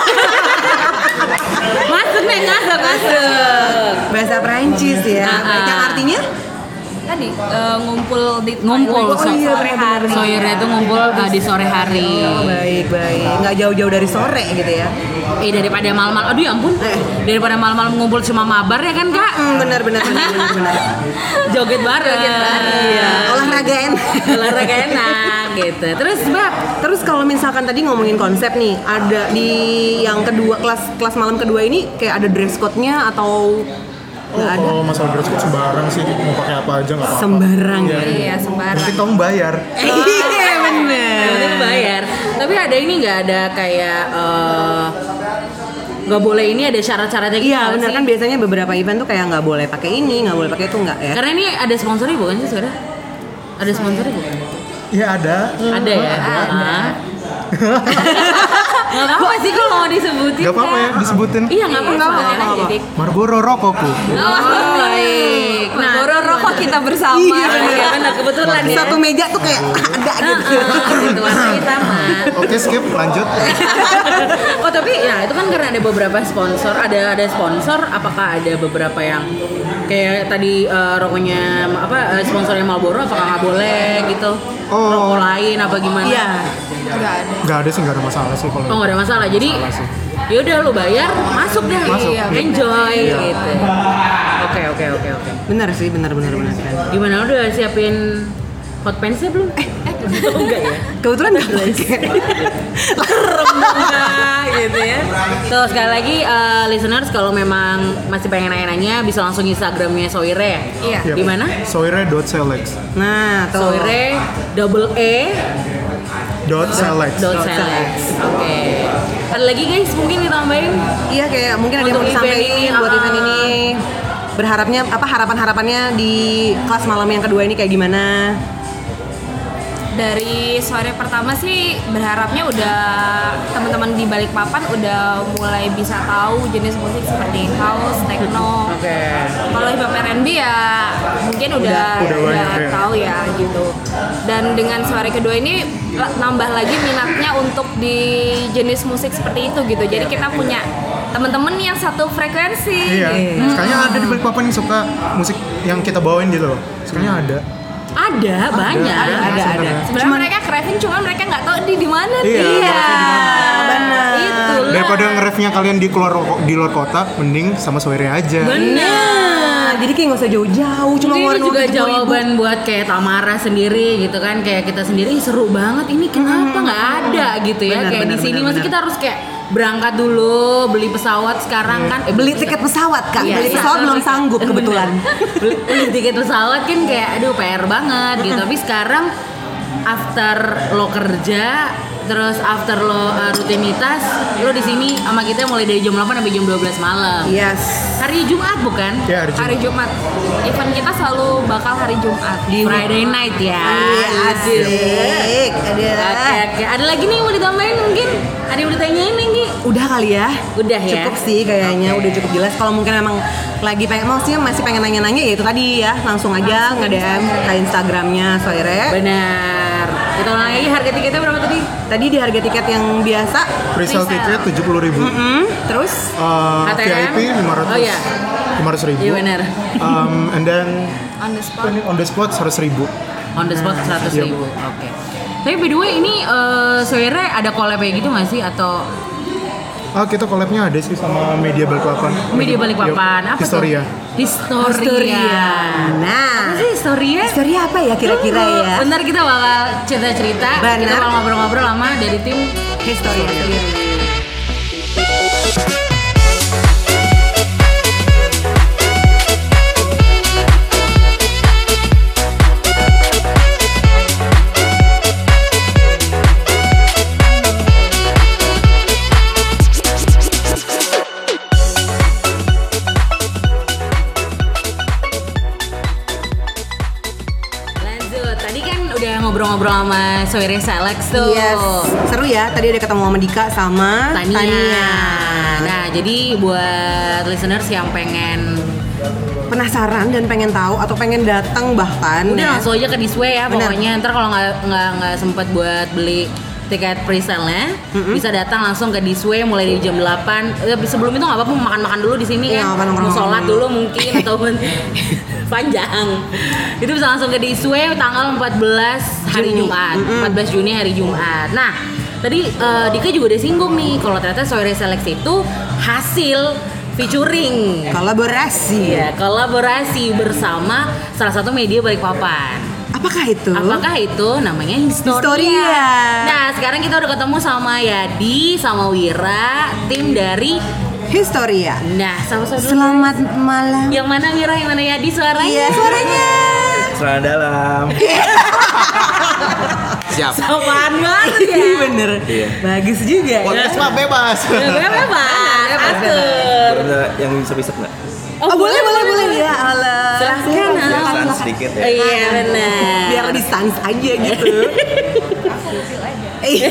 Speaker 1: Masuk nih, masuk, masuk.
Speaker 3: Bahasa Prancis ya.
Speaker 1: Ah, ah.
Speaker 3: Yang artinya?
Speaker 2: Tadi eh, ngumpul di
Speaker 1: Ngumpul,
Speaker 2: ngumpul
Speaker 1: so-
Speaker 2: sore
Speaker 3: iya,
Speaker 2: hari.
Speaker 1: Soire itu ngumpul uh, di sore hari.
Speaker 3: Oh, baik, baik. Nggak jauh-jauh dari sore gitu ya.
Speaker 1: Eh daripada malam-malam, aduh ya ampun.
Speaker 3: Eh.
Speaker 1: Daripada malam-malam ngumpul cuma mabar ya kan kak?
Speaker 3: Hmm, benar, benar, benar, benar, benar.
Speaker 1: Joget bareng.
Speaker 3: Iya, olahraga enak.
Speaker 1: Olahraga enak gitu. Terus Bab,
Speaker 3: Terus kalau misalkan tadi ngomongin konsep nih, ada di yang kedua kelas kelas malam kedua ini kayak ada dress code-nya atau
Speaker 4: Oh,
Speaker 3: nggak ada?
Speaker 4: kalau masalah dress code sembarang sih mau pakai apa aja nggak apa-apa.
Speaker 3: Sembarang ya.
Speaker 2: Iya, sembarang.
Speaker 4: Nanti kamu bayar.
Speaker 3: Iya
Speaker 1: yang
Speaker 3: benar.
Speaker 1: penting bayar. Tapi ada ini nggak ada kayak eh, nggak boleh ini ada syarat-syaratnya gitu
Speaker 3: Iya
Speaker 1: nggak
Speaker 3: benar
Speaker 1: sih?
Speaker 3: kan biasanya beberapa event tuh kayak nggak boleh pakai ini, nggak boleh pakai itu nggak ya?
Speaker 1: Karena ini ada sponsornya bukan sih sebenarnya? Ada sponsornya bukan?
Speaker 4: Iya ada.
Speaker 1: Ada ya? Ah. Nggak apa-apa sih kalau mau disebutin.
Speaker 4: Gak apa-apa ya
Speaker 1: Kak.
Speaker 4: disebutin.
Speaker 1: Iya nggak apa-apa.
Speaker 3: Nggak apa-apa,
Speaker 1: Sebutin aja,
Speaker 3: nggak
Speaker 1: Dik.
Speaker 4: Marlboro rokokku.
Speaker 1: Oh baik.
Speaker 2: Nah, rokok kita bersama.
Speaker 3: Iya,
Speaker 1: Iya benar kebetulan ya.
Speaker 3: Satu meja tuh kayak ada gitu.
Speaker 1: Ah, gitu warnanya sama.
Speaker 4: Oke skip lanjut.
Speaker 1: Oh tapi ya itu kan karena ada beberapa sponsor, ada ada sponsor. Apakah ada beberapa yang kayak tadi eh, rokoknya apa eh, sponsornya Marlboro, apakah nggak boleh gitu?
Speaker 4: Oh.
Speaker 1: Rokok lain apa gimana?
Speaker 3: Iya.
Speaker 2: Enggak ada.
Speaker 4: Gak ada sih gak ada masalah sih kalau.
Speaker 1: Oh nggak ada masalah. Jadi ya udah lu bayar, masuk deh,
Speaker 4: Masuk.
Speaker 1: Iya, enjoy gitu. Oke oke oke oke.
Speaker 3: Benar sih, benar benar benar.
Speaker 1: Gimana lu udah siapin hot pants-nya belum? Eh, oh, enggak ya?
Speaker 3: Kebetulan nggak pakai.
Speaker 1: Enggak gitu ya. Tuh sekali lagi eh, listeners kalau memang masih pengen nanya-nanya bisa langsung Instagramnya Soire ya.
Speaker 2: Iya.
Speaker 1: Di mana?
Speaker 4: Soire.selex.
Speaker 3: Nah tuh.
Speaker 1: Soire double E
Speaker 4: Dot select.
Speaker 1: dot select. Oke. Ada lagi guys mungkin ditambahin?
Speaker 3: Iya kayak mungkin ada yang mau
Speaker 1: Untuk event
Speaker 3: disampaikan
Speaker 1: ini,
Speaker 3: buat
Speaker 1: ah.
Speaker 3: event ini. Berharapnya apa harapan-harapannya di kelas malam yang kedua ini kayak gimana?
Speaker 2: Dari sore pertama sih berharapnya udah teman-teman di Balikpapan udah mulai bisa tahu jenis musik seperti house, techno.
Speaker 1: Oke.
Speaker 2: Kalau hip hop R and B ya mungkin udah
Speaker 4: Udah- udah banyak ya.
Speaker 2: tahu ya gitu. Dan dengan sore kedua ini la- nambah lagi minatnya untuk di jenis musik seperti itu gitu. Jadi kita punya teman-teman yang satu frekuensi.
Speaker 4: Iya. Sekalinya ada di Balikpapan yang suka musik yang kita bawain gitu loh. Sekalinya ada.
Speaker 1: Ada, banyak.
Speaker 3: ada, ada, ada.
Speaker 2: Sebenarnya mereka craving, cuma mereka nggak tahu di di mana.
Speaker 4: Iya.
Speaker 1: Iya.
Speaker 3: Benar.
Speaker 1: Itulah.
Speaker 4: Daripada nge-revnya kalian di keluar di luar kota, mending sama Soiree aja.
Speaker 1: Bener.
Speaker 3: Nah, jadi kayak nggak usah jauh-jauh, cuma
Speaker 1: Mungkin
Speaker 3: ngeluarin
Speaker 1: ini juga
Speaker 3: uang tujuh puluh ribu.
Speaker 1: jawaban buat kayak Tamara sendiri gitu kan, kayak kita sendiri "Ih, seru banget ini kenapa nggak ada gitu ya
Speaker 3: Benar,
Speaker 1: kayak
Speaker 3: benar,
Speaker 1: di sini
Speaker 3: benar,
Speaker 1: masa
Speaker 3: benar.
Speaker 1: kita harus kayak berangkat dulu beli pesawat sekarang kan eh,
Speaker 3: Beli tiket pesawat kak,
Speaker 1: Iya,
Speaker 3: beli
Speaker 1: iya.
Speaker 3: pesawat belum sanggup
Speaker 1: Bener.
Speaker 3: kebetulan.
Speaker 1: beli, beli tiket pesawat kan kayak aduh P R banget gitu tapi sekarang after lo kerja terus after lo uh, rutinitas lo di sini sama kita mulai dari jam delapan sampai jam dua belas malam
Speaker 3: Yes.
Speaker 1: hari Jumat bukan
Speaker 4: Ya, hari Jumat.
Speaker 2: Hari Jumat. Event kita selalu bakal hari Jumat.
Speaker 1: di Friday night ya.
Speaker 3: Iya, asik. Ada.
Speaker 1: Oke, oke. Ada lagi nih yang mau ditambahin mungkin? Ada yang mau ditanyain lagi?
Speaker 3: Udah kali ya.
Speaker 1: Udah ya.
Speaker 3: Cukup sih kayaknya, udah cukup jelas. Kalau mungkin emang lagi pengen, maksudnya masih pengen nanya-nanya ya itu tadi ya, langsung aja nge-D M ke Instagramnya Soiree.
Speaker 1: Benar. Kita ulang lagi harga tiketnya berapa tadi?
Speaker 3: Tadi di harga tiket yang biasa,
Speaker 4: Presale tiket tujuh puluh ribu.
Speaker 3: hmm, terus
Speaker 4: Uh,
Speaker 1: K T M?
Speaker 4: V I P lima ratus.
Speaker 1: Oh iya.
Speaker 4: lima ratus ribu.
Speaker 1: Iya benar.
Speaker 4: Um, and then
Speaker 2: On the spot.
Speaker 4: on the spot seratus ribu.
Speaker 1: On the spot seratus
Speaker 4: Iya.
Speaker 1: ribu. Oke. Tapi by the way ini uh, Soiree ada collab kayak gitu nggak sih atau
Speaker 4: Ah, kita collab-nya ada sih sama Media Balikpapan.
Speaker 1: media Balikpapan?
Speaker 4: Yuk,
Speaker 1: Apa
Speaker 4: Historia.
Speaker 1: tuh? Historia.
Speaker 3: Historia. Nah,
Speaker 1: Apa sih Historia?
Speaker 3: Historia apa ya kira-kira
Speaker 1: Tunggu,
Speaker 3: ya?
Speaker 1: Bentar kita bakal cerita-cerita.
Speaker 3: Benar.
Speaker 1: Kita bakal ngobrol-ngobrol sama dari tim
Speaker 3: Historia sendiri.
Speaker 1: Lanjut, tadi kan udah ngobrol-ngobrol sama Soiree Select tuh.
Speaker 3: Yes, seru ya. Tadi ada ketemu sama Dika sama
Speaker 1: Tania.
Speaker 3: Tania.
Speaker 1: Nah, jadi buat listeners yang pengen
Speaker 3: Penasaran dan pengen tahu atau pengen datang bahkan
Speaker 1: udah
Speaker 3: ya.
Speaker 1: langsung aja ke Disway ya
Speaker 3: Benar.
Speaker 1: pokoknya. Ntar kalau nggak nggak nggak sempet buat beli tiket presale-nya, bisa datang langsung ke Disway mulai dari jam delapan. Eh, sebelum itu nggak apa-apa makan-makan dulu di sini
Speaker 3: Iya,
Speaker 1: kan.
Speaker 3: makan-makan
Speaker 1: Mau sholat
Speaker 3: dulu.
Speaker 1: dulu mungkin ataupun panjang. Itu bisa langsung ke Disway tanggal empat belas hari
Speaker 3: Juni.
Speaker 1: Jumat.
Speaker 3: Mm-mm.
Speaker 1: empat belas Juni hari Jumat. Nah, tadi eh, Dika juga udah singgung nih kalau ternyata Soiree Select itu hasil featuring.
Speaker 3: Kolaborasi.
Speaker 1: Iya, kolaborasi bersama salah satu media Balikpapan.
Speaker 3: Apakah itu?
Speaker 1: Apakah itu namanya Historia?
Speaker 3: Historia.
Speaker 1: Nah, sekarang kita udah ketemu sama Yadi, sama Wira, tim dari
Speaker 3: Historia.
Speaker 1: Nah, sama-sama dulu.
Speaker 3: Selamat malam.
Speaker 1: Yang mana Wira, yang mana Yadi suaranya?
Speaker 3: Iya, suaranya.
Speaker 5: Selamat dalam. Siap.
Speaker 1: Apaan banget ya?
Speaker 3: Iya bener.
Speaker 5: Iya.
Speaker 3: Bagus juga.
Speaker 5: Podcast mah bebas.
Speaker 1: Ya, bebas, atur.
Speaker 5: Ada yang bisa bisa nggak?
Speaker 3: Oh, boleh, boleh, boleh ya. Allah.
Speaker 1: Silahkan.
Speaker 5: Biasaan sedikit ya.
Speaker 1: Iya, benar.
Speaker 3: Biar lebih sans aja gitu. Iya.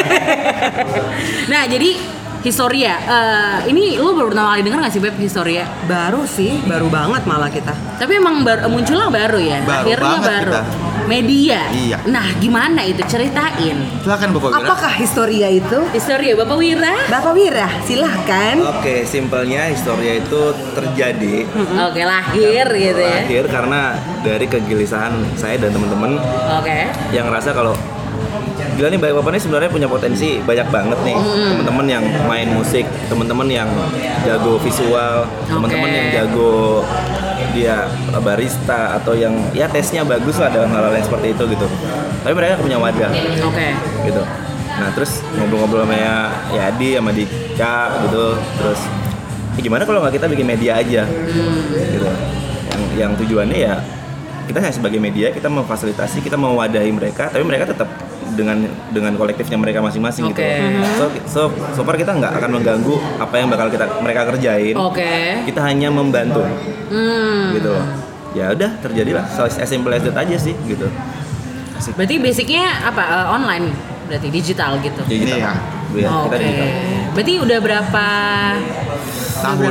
Speaker 1: Nah, jadi Historia, eh, ini lu baru pertama kali denger gak sih Beb Historia?
Speaker 3: Baru sih, baru banget malah kita.
Speaker 1: Tapi emang baru, munculnya baru ya?
Speaker 5: Baru
Speaker 1: Akhirnya
Speaker 5: banget
Speaker 1: baru
Speaker 5: kita.
Speaker 1: Media?
Speaker 5: Iya.
Speaker 1: Nah, gimana itu? Ceritain
Speaker 5: Silakan Bapak Wira.
Speaker 3: Apakah Historia itu?
Speaker 1: Historia, Bapak Wira.
Speaker 3: Bapak Wira, silahkan.
Speaker 5: Oke, simpelnya Historia itu terjadi
Speaker 1: Oke, lahir gitu ya.
Speaker 5: lahir karena dari kegelisahan saya dan teman-teman
Speaker 1: Oke.
Speaker 5: yang ngerasa kalau gila nih Balikpapan ini sebenarnya punya potensi banyak banget nih. Teman-teman yang main musik, teman-teman yang jago visual, teman-teman yang jago dia barista atau yang ya tesnya bagus lah dalam hal-hal yang seperti itu gitu. Tapi mereka punya wadah
Speaker 1: Oke.
Speaker 5: gitu. Nah terus ngobrol-ngobrol sama ya Yadi sama Dika gitu. Terus "Eh, gimana kalau nggak kita bikin media aja gitu. Yang yang tujuannya ya kita hanya sebagai media kita memfasilitasi, kita mewadahi mereka, tapi mereka tetap dengan dengan kolektifnya mereka masing-masing
Speaker 1: Oke.
Speaker 5: gitu. So, so so far kita nggak akan mengganggu apa yang bakal kita mereka kerjain.
Speaker 1: Oke.
Speaker 5: Kita hanya membantu
Speaker 1: Hmm.
Speaker 5: gitu loh. Ya udah terjadilah as simple as that aja sih gitu. Asik.
Speaker 1: Berarti basicnya apa? Eh, online berarti digital gitu.
Speaker 5: Ya, kita,
Speaker 4: Iya.
Speaker 5: Ya, kita
Speaker 1: Oke.
Speaker 5: digital.
Speaker 1: Berarti udah berapa
Speaker 4: Tahun.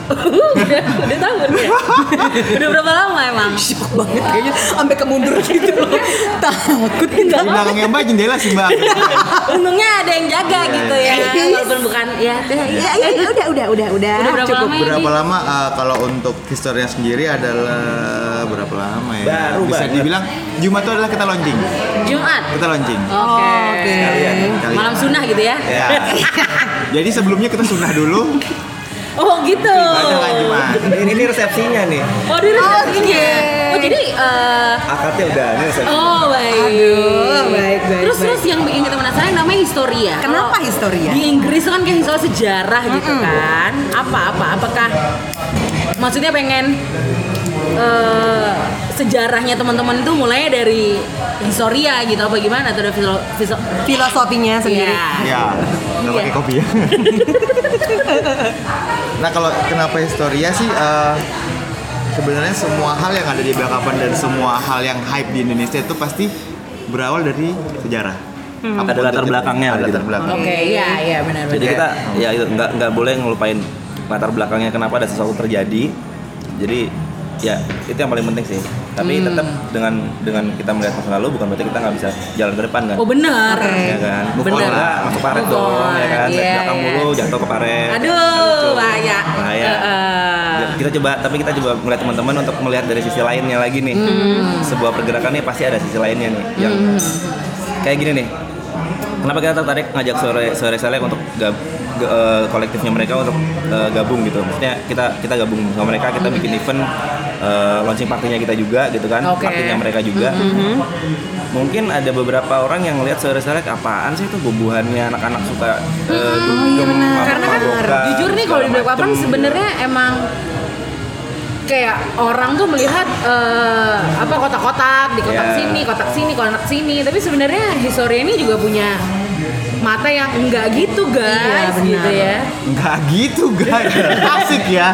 Speaker 1: udah udah tahun ya. Udah berapa lama emang?
Speaker 3: Shock banget kayaknya sampai kemundur gitu loh. Takut enggak.
Speaker 4: Di belakangnya Mbak jendela sih Mbak.
Speaker 1: Untungnya ada yang jaga gitu ya. Walaupun bukan ya.
Speaker 3: Ya, ya, ya, udah, udah, udah, udah.
Speaker 1: Udah berapa
Speaker 3: Cukup.
Speaker 1: lama ya?
Speaker 6: Berapa lama uh, kalau untuk historinya sendiri adalah berapa lama ya?
Speaker 5: Baru
Speaker 6: Bisa
Speaker 5: banget.
Speaker 6: dibilang Jumat itu adalah kita launching.
Speaker 1: Jumat.
Speaker 6: Kita launching.
Speaker 1: Oke.
Speaker 3: Oh, oke.
Speaker 6: Sekalian, sekalian.
Speaker 1: Malam sunnah gitu ya?
Speaker 6: Ya. Jadi sebelumnya kita sunnah dulu.
Speaker 1: Oh gitu.
Speaker 6: Ibadah kan Jumat.
Speaker 5: Ini, ini resepsinya nih.
Speaker 1: Oh di resepsinya. Oh jadi eh,
Speaker 5: Akadnya udah, ini resepsi.
Speaker 1: oh baik.
Speaker 3: Aduh, baik, baik,
Speaker 1: Terus
Speaker 3: baik.
Speaker 1: terus yang bikin kita penasaran namanya Historia.
Speaker 3: Kenapa
Speaker 1: Kalau
Speaker 3: Historia?
Speaker 1: Di Inggris itu kan kayak historia sejarah gitu kan. Apa-apa? Apakah maksudnya pengen eh, sejarahnya teman-teman itu mulai dari Historia gitu apa gimana atau ada filo, filo,
Speaker 3: Filosofinya sendiri.
Speaker 1: Iya.
Speaker 6: Ya, nggak
Speaker 1: Iya.
Speaker 6: pakai kopi ya. Nah kalau kenapa Historia sih? eh, sebenarnya semua hal yang ada di belakangan dan semua hal yang hype di Indonesia itu pasti berawal dari sejarah. Apapun
Speaker 5: Ada latar
Speaker 6: itu,
Speaker 5: belakangnya
Speaker 6: ada
Speaker 5: gitu.
Speaker 6: latar belakang.
Speaker 1: Oke, iya iya benar-benar.
Speaker 5: Jadi kita ya itu nggak nggak boleh ngelupain latar belakangnya kenapa ada sesuatu terjadi. Jadi ya itu yang paling penting sih. Tapi tetap dengan dengan kita melihat masa lalu bukan berarti kita nggak bisa jalan ke depan kan.
Speaker 1: Oh benar.
Speaker 3: Oke.
Speaker 5: Ya kan. Move on
Speaker 1: Bener.
Speaker 5: lah, masuk paret
Speaker 1: Move
Speaker 5: dong
Speaker 1: on,
Speaker 5: ya kan. Dari
Speaker 1: iya,
Speaker 5: belakang
Speaker 1: iya.
Speaker 5: mulu jatuh ke paret.
Speaker 1: Aduh, bahaya.
Speaker 5: Bahaya.
Speaker 1: Eh, eh.
Speaker 5: Kita coba, tapi kita coba melihat teman-teman untuk melihat dari sisi lainnya lagi nih. Sebuah pergerakan nih pasti ada sisi lainnya nih. Yang kayak gini nih. Kenapa kita tertarik ngajak sore sore selek untuk gab, g- eh, kolektifnya mereka untuk eh, gabung gitu. Maksudnya kita kita gabung sama mereka, kita bikin event eh, launching partinya kita juga gitu kan.
Speaker 1: Oke.
Speaker 5: Partinya mereka juga. Mungkin ada beberapa orang yang lihat sore selek apaan sih itu bubuhannya anak-anak suka eh, dugem,
Speaker 1: Karena kan
Speaker 5: mabok-mabokan,
Speaker 1: jujur nih kalau di
Speaker 5: segala
Speaker 1: Balikpapan
Speaker 5: macem.
Speaker 1: sebenarnya emang kayak orang tuh melihat eh, apa kotak-kotak di kotak
Speaker 5: Ya.
Speaker 1: sini, kotak sini, kotak sini. Tapi sebenarnya Historia ini juga punya mata yang enggak gitu guys,
Speaker 3: Iya, benar.
Speaker 1: gitu ya.
Speaker 6: Nggak gitu guys, asik ya.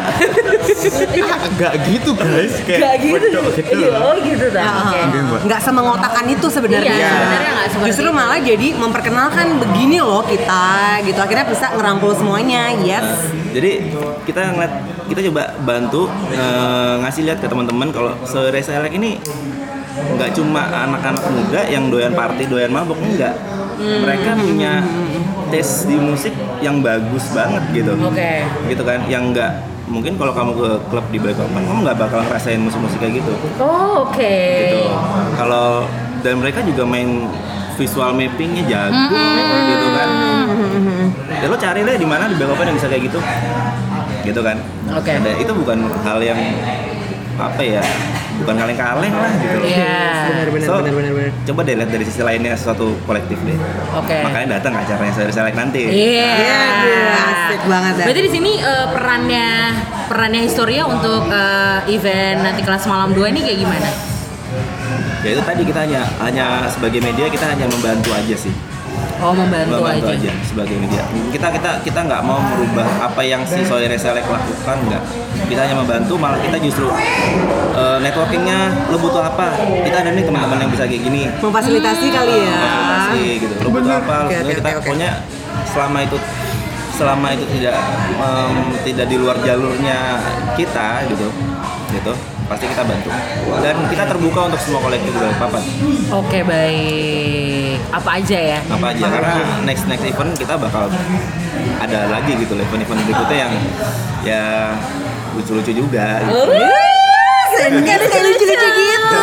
Speaker 6: Nggak gitu guys, kayak
Speaker 1: Enggak gitu.
Speaker 6: bodoh gitu.
Speaker 1: Iya, oh gitu dah.
Speaker 3: Ah,
Speaker 1: Oke.
Speaker 6: Mungkin buat-
Speaker 3: nggak semengotakan itu sebenarnya.
Speaker 1: Iya, sebenarnya nggak seperti
Speaker 3: Justru
Speaker 1: itu.
Speaker 3: malah jadi memperkenalkan begini loh kita gitu. Akhirnya bisa ngerangkul semuanya. Yes.
Speaker 5: Jadi kita ngeliat, kita coba bantu eh, ngasih lihat ke teman-teman kalau sore selek ini nggak cuma anak-anak muda yang doyan party, doyan mabok, enggak. Mereka punya taste di musik yang bagus banget gitu.
Speaker 1: Oke.
Speaker 5: Gitu kan, yang nggak mungkin kalau kamu ke klub di Balikpapan kamu nggak bakal ngerasain musik-musik kayak gitu.
Speaker 1: Oh, oke.
Speaker 5: Gitu. Kalau dan mereka juga main visual mappingnya jago gitu kan. Ya lo cari deh di mana di Balikpapan yang bisa kayak gitu. Gitu kan.
Speaker 1: Oke.
Speaker 5: Dan itu bukan hal yang apa ya? Bukan kaleng kaleng lah gitu loh.
Speaker 1: Iya.
Speaker 3: Benar-benar,
Speaker 5: So,
Speaker 3: benar-benar, benar.
Speaker 5: coba deh lihat dari sisi lainnya suatu kolektif deh.
Speaker 1: Oke.
Speaker 5: Makanya datang acaranya Sore Selek nanti.
Speaker 1: Iya.
Speaker 3: Iya, aduh, asik banget dah.
Speaker 1: Berarti di sini eh, perannya perannya Historia untuk eh, event nanti kelas malam dua ini kayak gimana?
Speaker 5: Ya itu tadi kita hanya hanya sebagai media kita hanya membantu aja sih.
Speaker 1: Oh, membantu,
Speaker 5: membantu
Speaker 1: aja.
Speaker 5: aja. sebagai media. Kita kita kita nggak mau merubah apa yang si Sore Selek lakukan, nggak. Kita hanya membantu, malah kita justru eh, networkingnya lo butuh apa? Kita ada nih teman-teman yang bisa kayak gini.
Speaker 3: Memfasilitasi kali ya.
Speaker 5: Fasilitasi gitu. Lo butuh apa?
Speaker 3: Oke, oke,
Speaker 5: kita
Speaker 3: oke, oke.
Speaker 5: pokoknya selama itu selama itu tidak em, tidak di luar jalurnya kita gitu gitu pasti kita bantu dan kita terbuka untuk semua kolektif di Balikpapan
Speaker 1: Oke, baik. Apa aja ya?
Speaker 5: apa aja karena next next event kita bakal ada lagi gitu event-event berikutnya yang ya lucu-lucu juga gitu.
Speaker 3: Nggak ada kayak lucu-lucu gitu.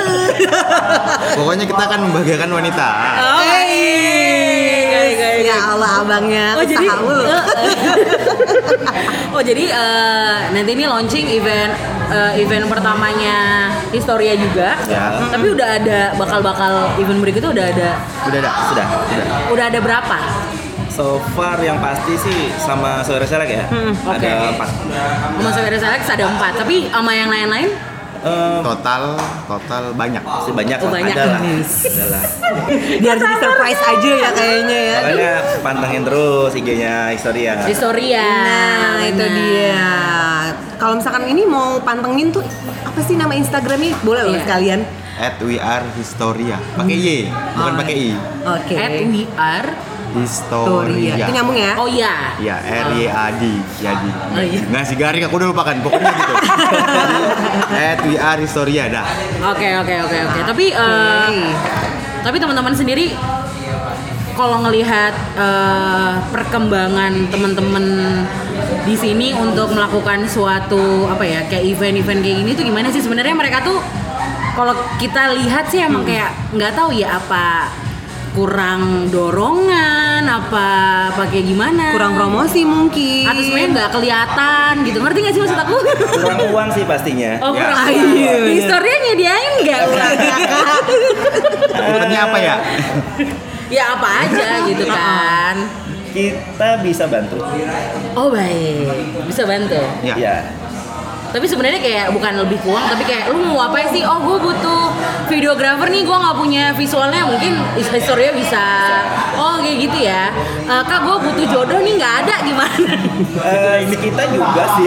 Speaker 6: Pokoknya kita akan membahagiakan wanita.
Speaker 3: Hey, ya Allah abangnya
Speaker 1: Oh jadi,
Speaker 3: usaha mulu.
Speaker 1: eh, eh. oh jadi eh, nanti ini launching event eh, event pertamanya Historia juga.
Speaker 5: Ya.
Speaker 1: Tapi udah ada bakal-bakal event berikutnya udah ada
Speaker 6: Udah ada.
Speaker 5: sudah sudah
Speaker 1: udah ada berapa?
Speaker 5: so far yang pasti sih sama Sore Selek ya
Speaker 1: oke.
Speaker 5: ada empat
Speaker 1: Sama Sore Selek ada empat, tapi sama yang lain-lain
Speaker 5: Eh,
Speaker 6: Total, total banyak.
Speaker 5: sih banyak
Speaker 1: Oh,
Speaker 5: lah
Speaker 1: banyak.
Speaker 5: ada lah ada lah
Speaker 3: Biar jadi surprise aja ya kayaknya ya.
Speaker 5: makanya pantengin terus I G-nya Historia
Speaker 1: Historia.
Speaker 3: Nah, itu
Speaker 1: benar.
Speaker 3: dia. Kalau misalkan ini mau pantengin tuh apa sih nama Instagramnya? Boleh loh
Speaker 1: Iya.
Speaker 3: sekalian.
Speaker 6: At we are Historia. Pakai Y, bukan
Speaker 3: Oh,
Speaker 6: pakai I.
Speaker 3: Oke.
Speaker 1: At we are
Speaker 6: Historia.
Speaker 3: Itu nyambung ya?
Speaker 1: Oh iya.
Speaker 6: Ya, R Y A D, Yadi.
Speaker 1: Oh, iya.
Speaker 6: Nggak sih garing, aku udah lupakan. Pokoknya gitu. At we are Historia dah.
Speaker 1: Oke oke oke oke. Tapi eh, tapi teman-teman sendiri kalau ngelihat eh, perkembangan teman-teman di sini untuk melakukan suatu apa ya kayak event-event kayak gini tuh gimana sih sebenarnya mereka tuh kalau kita lihat sih emang kayak nggak tahu ya apa kurang dorongan apa apa kayak gimana
Speaker 3: Kurang promosi mungkin.
Speaker 1: atau sebenarnya nggak kelihatan gitu ngerti nggak sih maksud aku?
Speaker 5: Kurang uang sih pastinya.
Speaker 1: Oh
Speaker 6: Ya.
Speaker 1: kurang
Speaker 3: Ah, iya, bener.
Speaker 1: historinya nyediain nggak uang?
Speaker 6: Bukannya apa ya?
Speaker 1: Ya apa aja gitu kan.
Speaker 5: Kita bisa bantu.
Speaker 1: Oh baik, bisa bantu.
Speaker 6: Ya.
Speaker 5: Ya.
Speaker 1: Tapi sebenarnya kayak bukan lebih ke uang, tapi kayak lu mau apa sih? Oh gue butuh videografer nih, gue nggak punya visualnya, mungkin historinya bisa. Oh kayak gitu ya. Eh, Kak gue butuh jodoh nih, nggak ada gimana?
Speaker 5: Eh, ini kita juga sih.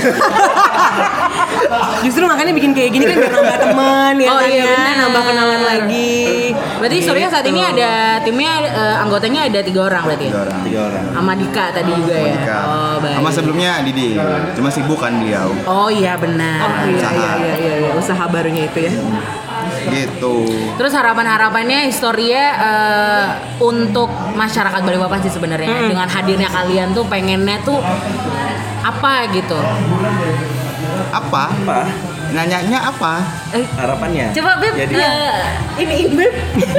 Speaker 3: Justru makanya bikin kayak gini kan biar nambah teman ya
Speaker 1: Oh,
Speaker 3: kan
Speaker 1: iya,
Speaker 3: ya,
Speaker 1: benar.
Speaker 3: nambah kenalan lagi.
Speaker 1: Berarti historia saat ini ada timnya, eh, anggotanya ada tiga orang berarti.
Speaker 6: Tiga orang.
Speaker 5: Tiga orang.
Speaker 1: Sama Dika tadi juga ya.
Speaker 6: Monika.
Speaker 1: Oh baik.
Speaker 6: Sama sebelumnya Didi. Cuma sibuk kan beliau.
Speaker 1: Oh iya benar.
Speaker 3: Oh iya
Speaker 6: Usaha.
Speaker 3: iya iya iya, iya. Usaha barunya itu ya.
Speaker 6: Gitu.
Speaker 1: Terus harapan-harapannya Historia eh, untuk masyarakat Balikpapan sih sebenarnya dengan hadirnya kalian tuh pengennya tuh apa gitu?
Speaker 6: Apa?
Speaker 5: Apa?
Speaker 6: Nanyanya apa?
Speaker 1: Eh,
Speaker 5: Harapannya.
Speaker 1: coba Beb,
Speaker 5: Jadi
Speaker 1: eh, ini Beb.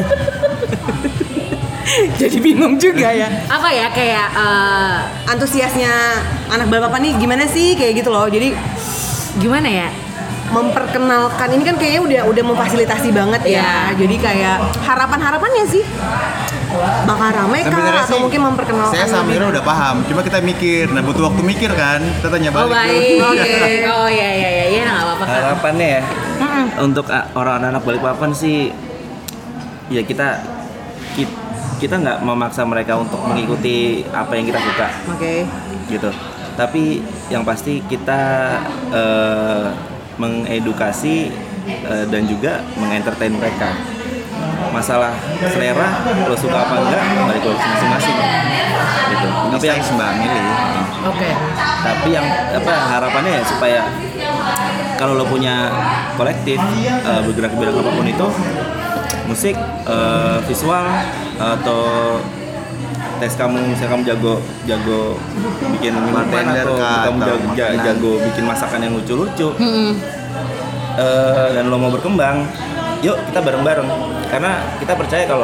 Speaker 3: Jadi bingung juga ya.
Speaker 1: Apa ya kayak eh,
Speaker 3: Antusiasnya anak Balikpapan nih gimana sih kayak gitu loh. Jadi
Speaker 1: gimana ya?
Speaker 3: memperkenalkan ini kan kayaknya udah udah memfasilitasi banget ya.
Speaker 1: Iya.
Speaker 3: Jadi kayak harapan-harapannya sih bakal ramai kah
Speaker 6: Sebenarnya
Speaker 3: atau
Speaker 6: sih,
Speaker 3: mungkin memperkenalkan
Speaker 6: saya sama
Speaker 3: lebih?
Speaker 6: Mira udah paham, cuma kita mikir. Nah butuh waktu mikir kan, kita tanya
Speaker 1: Oh
Speaker 6: balik.
Speaker 1: baik.
Speaker 6: dulu.
Speaker 1: Oke. Oh iya iya iya iya nggak apa-apa. Kak.
Speaker 5: harapannya ya untuk uh, orang anak Balikpapan sih ya kita kita kita nggak memaksa mereka untuk mengikuti apa yang kita suka
Speaker 3: Oke.
Speaker 5: gitu. Tapi yang pasti kita eh, mengedukasi eh, dan juga mengentertain mereka. Masalah selera, lo suka apa enggak, balik ke masing-masing. Gitu.
Speaker 6: Ini
Speaker 5: Tapi yang
Speaker 6: size Mbak Mili.
Speaker 1: Oke.
Speaker 5: tapi yang apa harapannya ya supaya kalau lo punya kolektif eh, bergerak di bidang apapun itu musik, eh, visual atau tes kamu misalnya kamu jago jago bikin minuman
Speaker 6: Bartender
Speaker 5: atau
Speaker 6: kah,
Speaker 5: kamu
Speaker 6: atau
Speaker 5: jago, ja-
Speaker 6: makanan.
Speaker 5: jago bikin masakan yang lucu-lucu
Speaker 1: Hmm.
Speaker 5: eh, dan lo mau berkembang, yuk kita bareng-bareng karena kita percaya kalau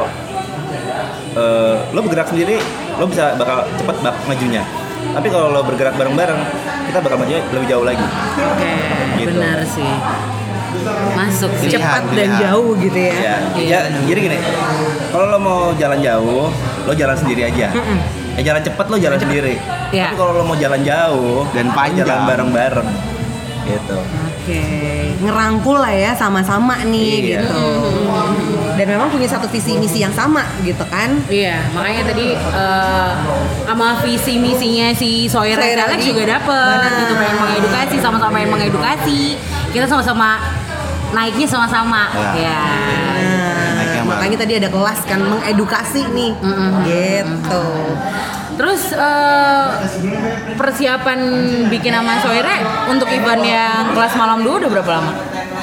Speaker 5: eh, lo bergerak sendiri lo bisa bakal cepat bak majunya, tapi kalau lo bergerak bareng-bareng kita bakal maju lebih jauh lagi.
Speaker 1: Oke.
Speaker 5: Gitu.
Speaker 1: Benar sih. Masuk sih.
Speaker 6: Pilihan,
Speaker 3: Cepat dan
Speaker 6: pilihan.
Speaker 3: jauh gitu ya.
Speaker 5: Ya,
Speaker 1: Iya.
Speaker 5: ya, jadi gini, kalau lo mau jalan jauh, lo jalan sendiri aja. Ya jalan cepat lo jalan sendiri.
Speaker 1: Iya.
Speaker 5: Tapi kalau lo mau jalan jauh
Speaker 6: Dan
Speaker 5: lo
Speaker 6: panjang.
Speaker 5: jalan bareng-bareng. Gitu.
Speaker 3: Oke, ngerangkul lah ya sama-sama nih
Speaker 5: Iya.
Speaker 3: gitu. Dan memang punya satu visi misi yang sama gitu kan.
Speaker 1: Iya, makanya tadi eh, sama visi misinya si Sawyer
Speaker 3: Sawyer
Speaker 1: Alex
Speaker 3: tadi.
Speaker 1: juga dapet
Speaker 3: Benar.
Speaker 1: gitu, pengen mengedukasi, sama-sama pengen mengedukasi. Kita sama-sama naiknya sama-sama.
Speaker 6: Ya.
Speaker 1: Ya.
Speaker 3: Nah,
Speaker 6: Naik yang
Speaker 3: makanya tadi ada kelas kan mengedukasi nih. Gitu.
Speaker 1: Terus eh, persiapan bikin nama Sawyer untuk event yang kelas malam dua udah berapa lama?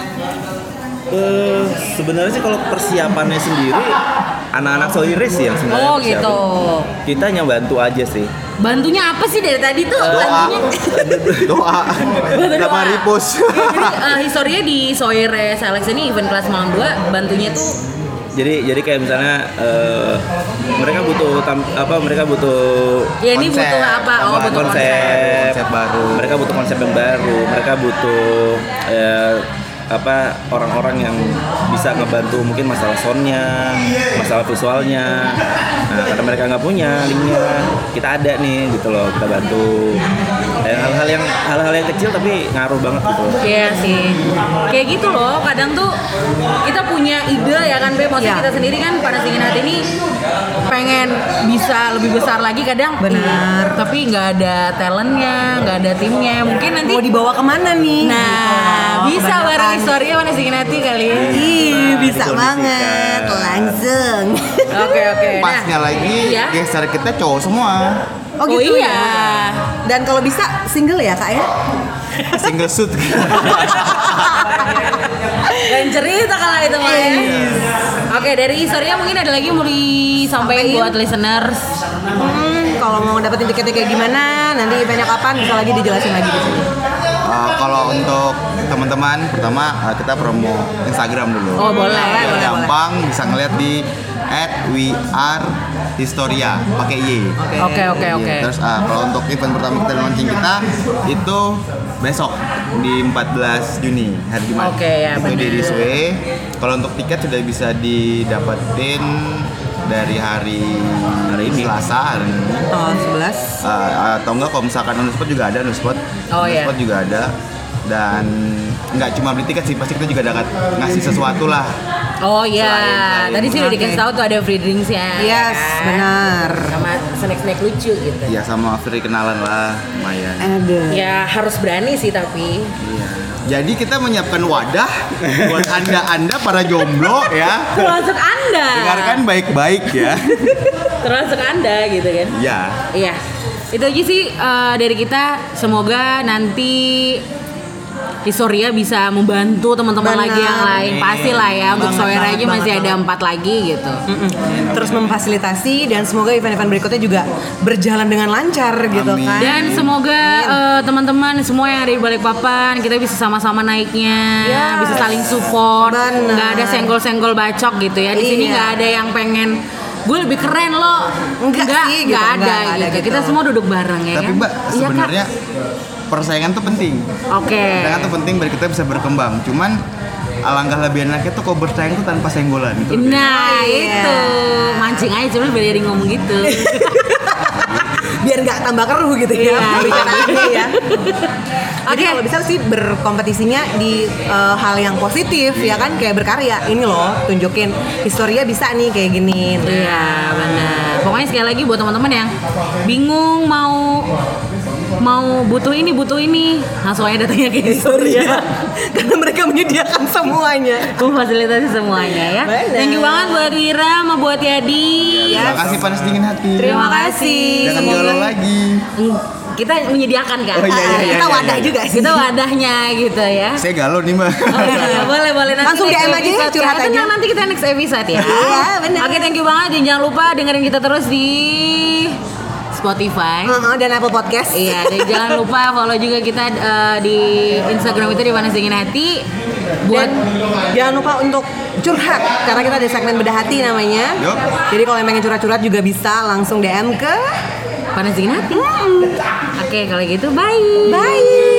Speaker 5: Eh, sebenarnya sih kalau persiapannya sendiri anak-anak Soiris sih yang sebenarnya
Speaker 1: Oh
Speaker 5: persiapin.
Speaker 1: gitu.
Speaker 5: Kita hanya bantu aja sih.
Speaker 1: Bantunya apa sih dari tadi tuh?
Speaker 6: Doa.
Speaker 1: Bantunya
Speaker 6: Doa.
Speaker 1: Bantu
Speaker 6: Sama
Speaker 1: doa.
Speaker 6: repost.
Speaker 1: Jadi eh, historinya di Sawyer Alex ini event kelas malam dua bantunya tuh
Speaker 5: Jadi jadi kayak misalnya eh, mereka butuh tam, apa mereka butuh
Speaker 1: ya ini
Speaker 6: Konsep.
Speaker 1: butuh apa? Oh,
Speaker 6: Tambahan
Speaker 1: butuh
Speaker 5: konsep,
Speaker 1: konsep.
Speaker 6: Konsep baru.
Speaker 5: Mereka butuh konsep yang baru. Mereka butuh eh, apa orang-orang yang bisa ngebantu mungkin masalah soundnya, masalah visualnya. Nah karena mereka nggak punya linknya, kita ada nih gitu loh, kita bantu. Dan hal-hal yang hal-hal yang kecil tapi ngaruh banget gitu.
Speaker 1: Iya sih. Kayak gitu loh, kadang tuh kita punya ide ya kan, Be. Maksudnya
Speaker 3: Ya.
Speaker 1: kita sendiri kan pada Dingin Hati ini pengen bisa lebih besar lagi, kadang
Speaker 3: Benar.
Speaker 1: ih, tapi nggak ada talentnya, nggak ada timnya. Mungkin nanti
Speaker 3: Mau dibawa kemana nih?
Speaker 1: nah,
Speaker 3: Gitu.
Speaker 1: bisa
Speaker 3: Kebanyakan.
Speaker 1: bareng historinya Pada Dingin Hati kali ya.
Speaker 3: Ih, bisa
Speaker 5: dikondisikan.
Speaker 3: banget. Langsung.
Speaker 1: Oke oke. Nah,
Speaker 6: Pasnya lagi
Speaker 1: iya.
Speaker 6: geser kita cowok semua.
Speaker 3: Oh
Speaker 1: Oh
Speaker 3: gitu
Speaker 1: iya.
Speaker 3: ya. Dan kalau bisa single ya kak ya?
Speaker 6: Single suit.
Speaker 1: Dan cerita kalau itu mah ya. Oke, dari historinya mungkin ada lagi yang mau disampaikan
Speaker 3: Sampaikan.
Speaker 1: buat listeners.
Speaker 3: Hmm, kalau mau dapetin tiketnya kayak gimana, nanti eventnya kapan bisa lagi dijelasin lagi di sini.
Speaker 6: Uh, kalau untuk teman-teman, pertama uh, kita promo Instagram dulu.
Speaker 1: Oh, boleh,
Speaker 6: Biar
Speaker 1: boleh,
Speaker 6: gampang bisa ngeliat di at we are historia pakai y.
Speaker 1: Oke oke
Speaker 6: Iya,
Speaker 1: oke.
Speaker 6: Terus uh, kalau untuk event pertama kita launching kita itu besok di empat belas Juni hari Jumat.
Speaker 1: Oke, ya,
Speaker 6: Itu di
Speaker 1: benar.
Speaker 6: Disway. Kalau untuk tiket sudah bisa didapetin dari hari hari ini Selasa hari ini.
Speaker 3: Tanggal sebelas.
Speaker 6: Uh, atau enggak kalau misalkan on the spot juga ada on the spot.
Speaker 1: Oh,
Speaker 6: On the
Speaker 1: iya.
Speaker 6: spot juga ada. Dan nggak cuma beli tiket sih, pasti kita juga dapat ngasih sesuatu lah.
Speaker 1: Oh iya,
Speaker 6: Selain-
Speaker 1: tadi sih udah
Speaker 3: Oke.
Speaker 1: dikasih tahu tuh ada free drinks ya.
Speaker 3: Yes,
Speaker 1: kan?
Speaker 3: benar.
Speaker 1: Sama snack-snack lucu gitu.
Speaker 6: Ya sama free kenalan lah, lumayan.
Speaker 3: Ada.
Speaker 1: Ya harus berani sih tapi.
Speaker 6: Iya. Jadi kita menyiapkan wadah buat anda-anda para jomblo ya.
Speaker 1: Termasuk Anda.
Speaker 6: Dengarkan baik-baik ya.
Speaker 1: Termasuk Anda gitu kan.
Speaker 6: Ya.
Speaker 1: Iya. Itu aja sih eh, dari kita. Semoga nanti Historia bisa membantu teman-teman
Speaker 3: Benar.
Speaker 1: lagi yang lain. Pastilah ya, untuk
Speaker 3: Banget,
Speaker 1: Soera
Speaker 3: banget,
Speaker 1: aja masih
Speaker 3: banget,
Speaker 1: ada
Speaker 3: banget.
Speaker 1: empat lagi gitu.
Speaker 3: Mm-mm. Terus memfasilitasi dan semoga event-event berikutnya juga berjalan dengan lancar gitu
Speaker 6: Amin.
Speaker 3: kan.
Speaker 1: Dan semoga eh, teman-teman semua yang ada di Balikpapan kita bisa sama-sama naiknya,
Speaker 3: Yes.
Speaker 1: bisa saling support,
Speaker 3: Benar.
Speaker 1: nggak ada senggol-senggol bacok gitu ya. Di sini
Speaker 3: Iya.
Speaker 1: nggak ada yang pengen gue lebih keren loh,
Speaker 3: Enggak sih, gitu.
Speaker 1: nggak ada,
Speaker 3: Enggak, nggak ada
Speaker 1: gitu.
Speaker 3: gitu.
Speaker 1: Kita semua duduk bareng ya.
Speaker 6: Tapi
Speaker 1: kan?
Speaker 6: Mbak,
Speaker 1: Iya, Kak.
Speaker 6: sebenarnya persaingan tuh penting.
Speaker 1: Oke.
Speaker 6: Persaingan tuh penting biar kita bisa berkembang. Cuman alangkah lebih enaknya tuh kalau bersaing tuh tanpa senggolan itu.
Speaker 1: Nah
Speaker 3: Iya.
Speaker 1: itu mancing aja cuma biar jadi ngomong gitu.
Speaker 3: Biar nggak tambah keruh gitu ya
Speaker 1: Iya,
Speaker 3: bicaraannya ya. Jadi
Speaker 1: Oke.
Speaker 3: kalau bisa sih berkompetisinya di eh, hal yang positif ya kan, kayak berkarya. Ini loh tunjukin Historia bisa nih kayak gini.
Speaker 1: Iya benar. Pokoknya sekali lagi buat teman-teman yang bingung mau mau butuh ini butuh ini langsung aja datangnya ke Historia.
Speaker 3: Karena mereka menyediakan semuanya.
Speaker 1: Memfasilitasi semuanya ya.
Speaker 3: Benar.
Speaker 1: Thank you banget buat Wira sama buat Yadi.
Speaker 6: Terima kasih panas dingin hati.
Speaker 1: Terima kasih.
Speaker 6: Jangan
Speaker 1: Semoga-
Speaker 6: galau lagi.
Speaker 1: Hmm, kita menyediakan kan.
Speaker 6: Oh, iya, iya, iya,
Speaker 3: Kita
Speaker 6: iya,
Speaker 3: wadah
Speaker 6: iya.
Speaker 3: juga sih.
Speaker 1: Kita wadahnya gitu ya.
Speaker 6: Saya galau nih Mbak.
Speaker 1: Oh, iya, boleh boleh nanti
Speaker 3: Langsung
Speaker 1: next
Speaker 3: D M aja ya,
Speaker 1: episode
Speaker 3: curhat
Speaker 1: ya.
Speaker 3: aja.
Speaker 1: Tenang, nanti kita next episode ya.
Speaker 3: Iya, benar.
Speaker 1: Oke, thank you banget dan jangan lupa dengerin kita terus di Spotify.
Speaker 3: Heeh, dan Apple Podcast.
Speaker 1: Iya, dan jangan lupa follow juga kita eh, di Instagram itu di Panas Dingin Hati. Buat
Speaker 3: Dan jangan lupa untuk curhat karena kita ada segmen bedah hati namanya.
Speaker 6: Yup.
Speaker 3: Jadi kalau yang pengen curhat-curhat juga bisa langsung D M ke
Speaker 1: Panas Dingin Hati. Oke, kalau gitu bye.
Speaker 3: Bye.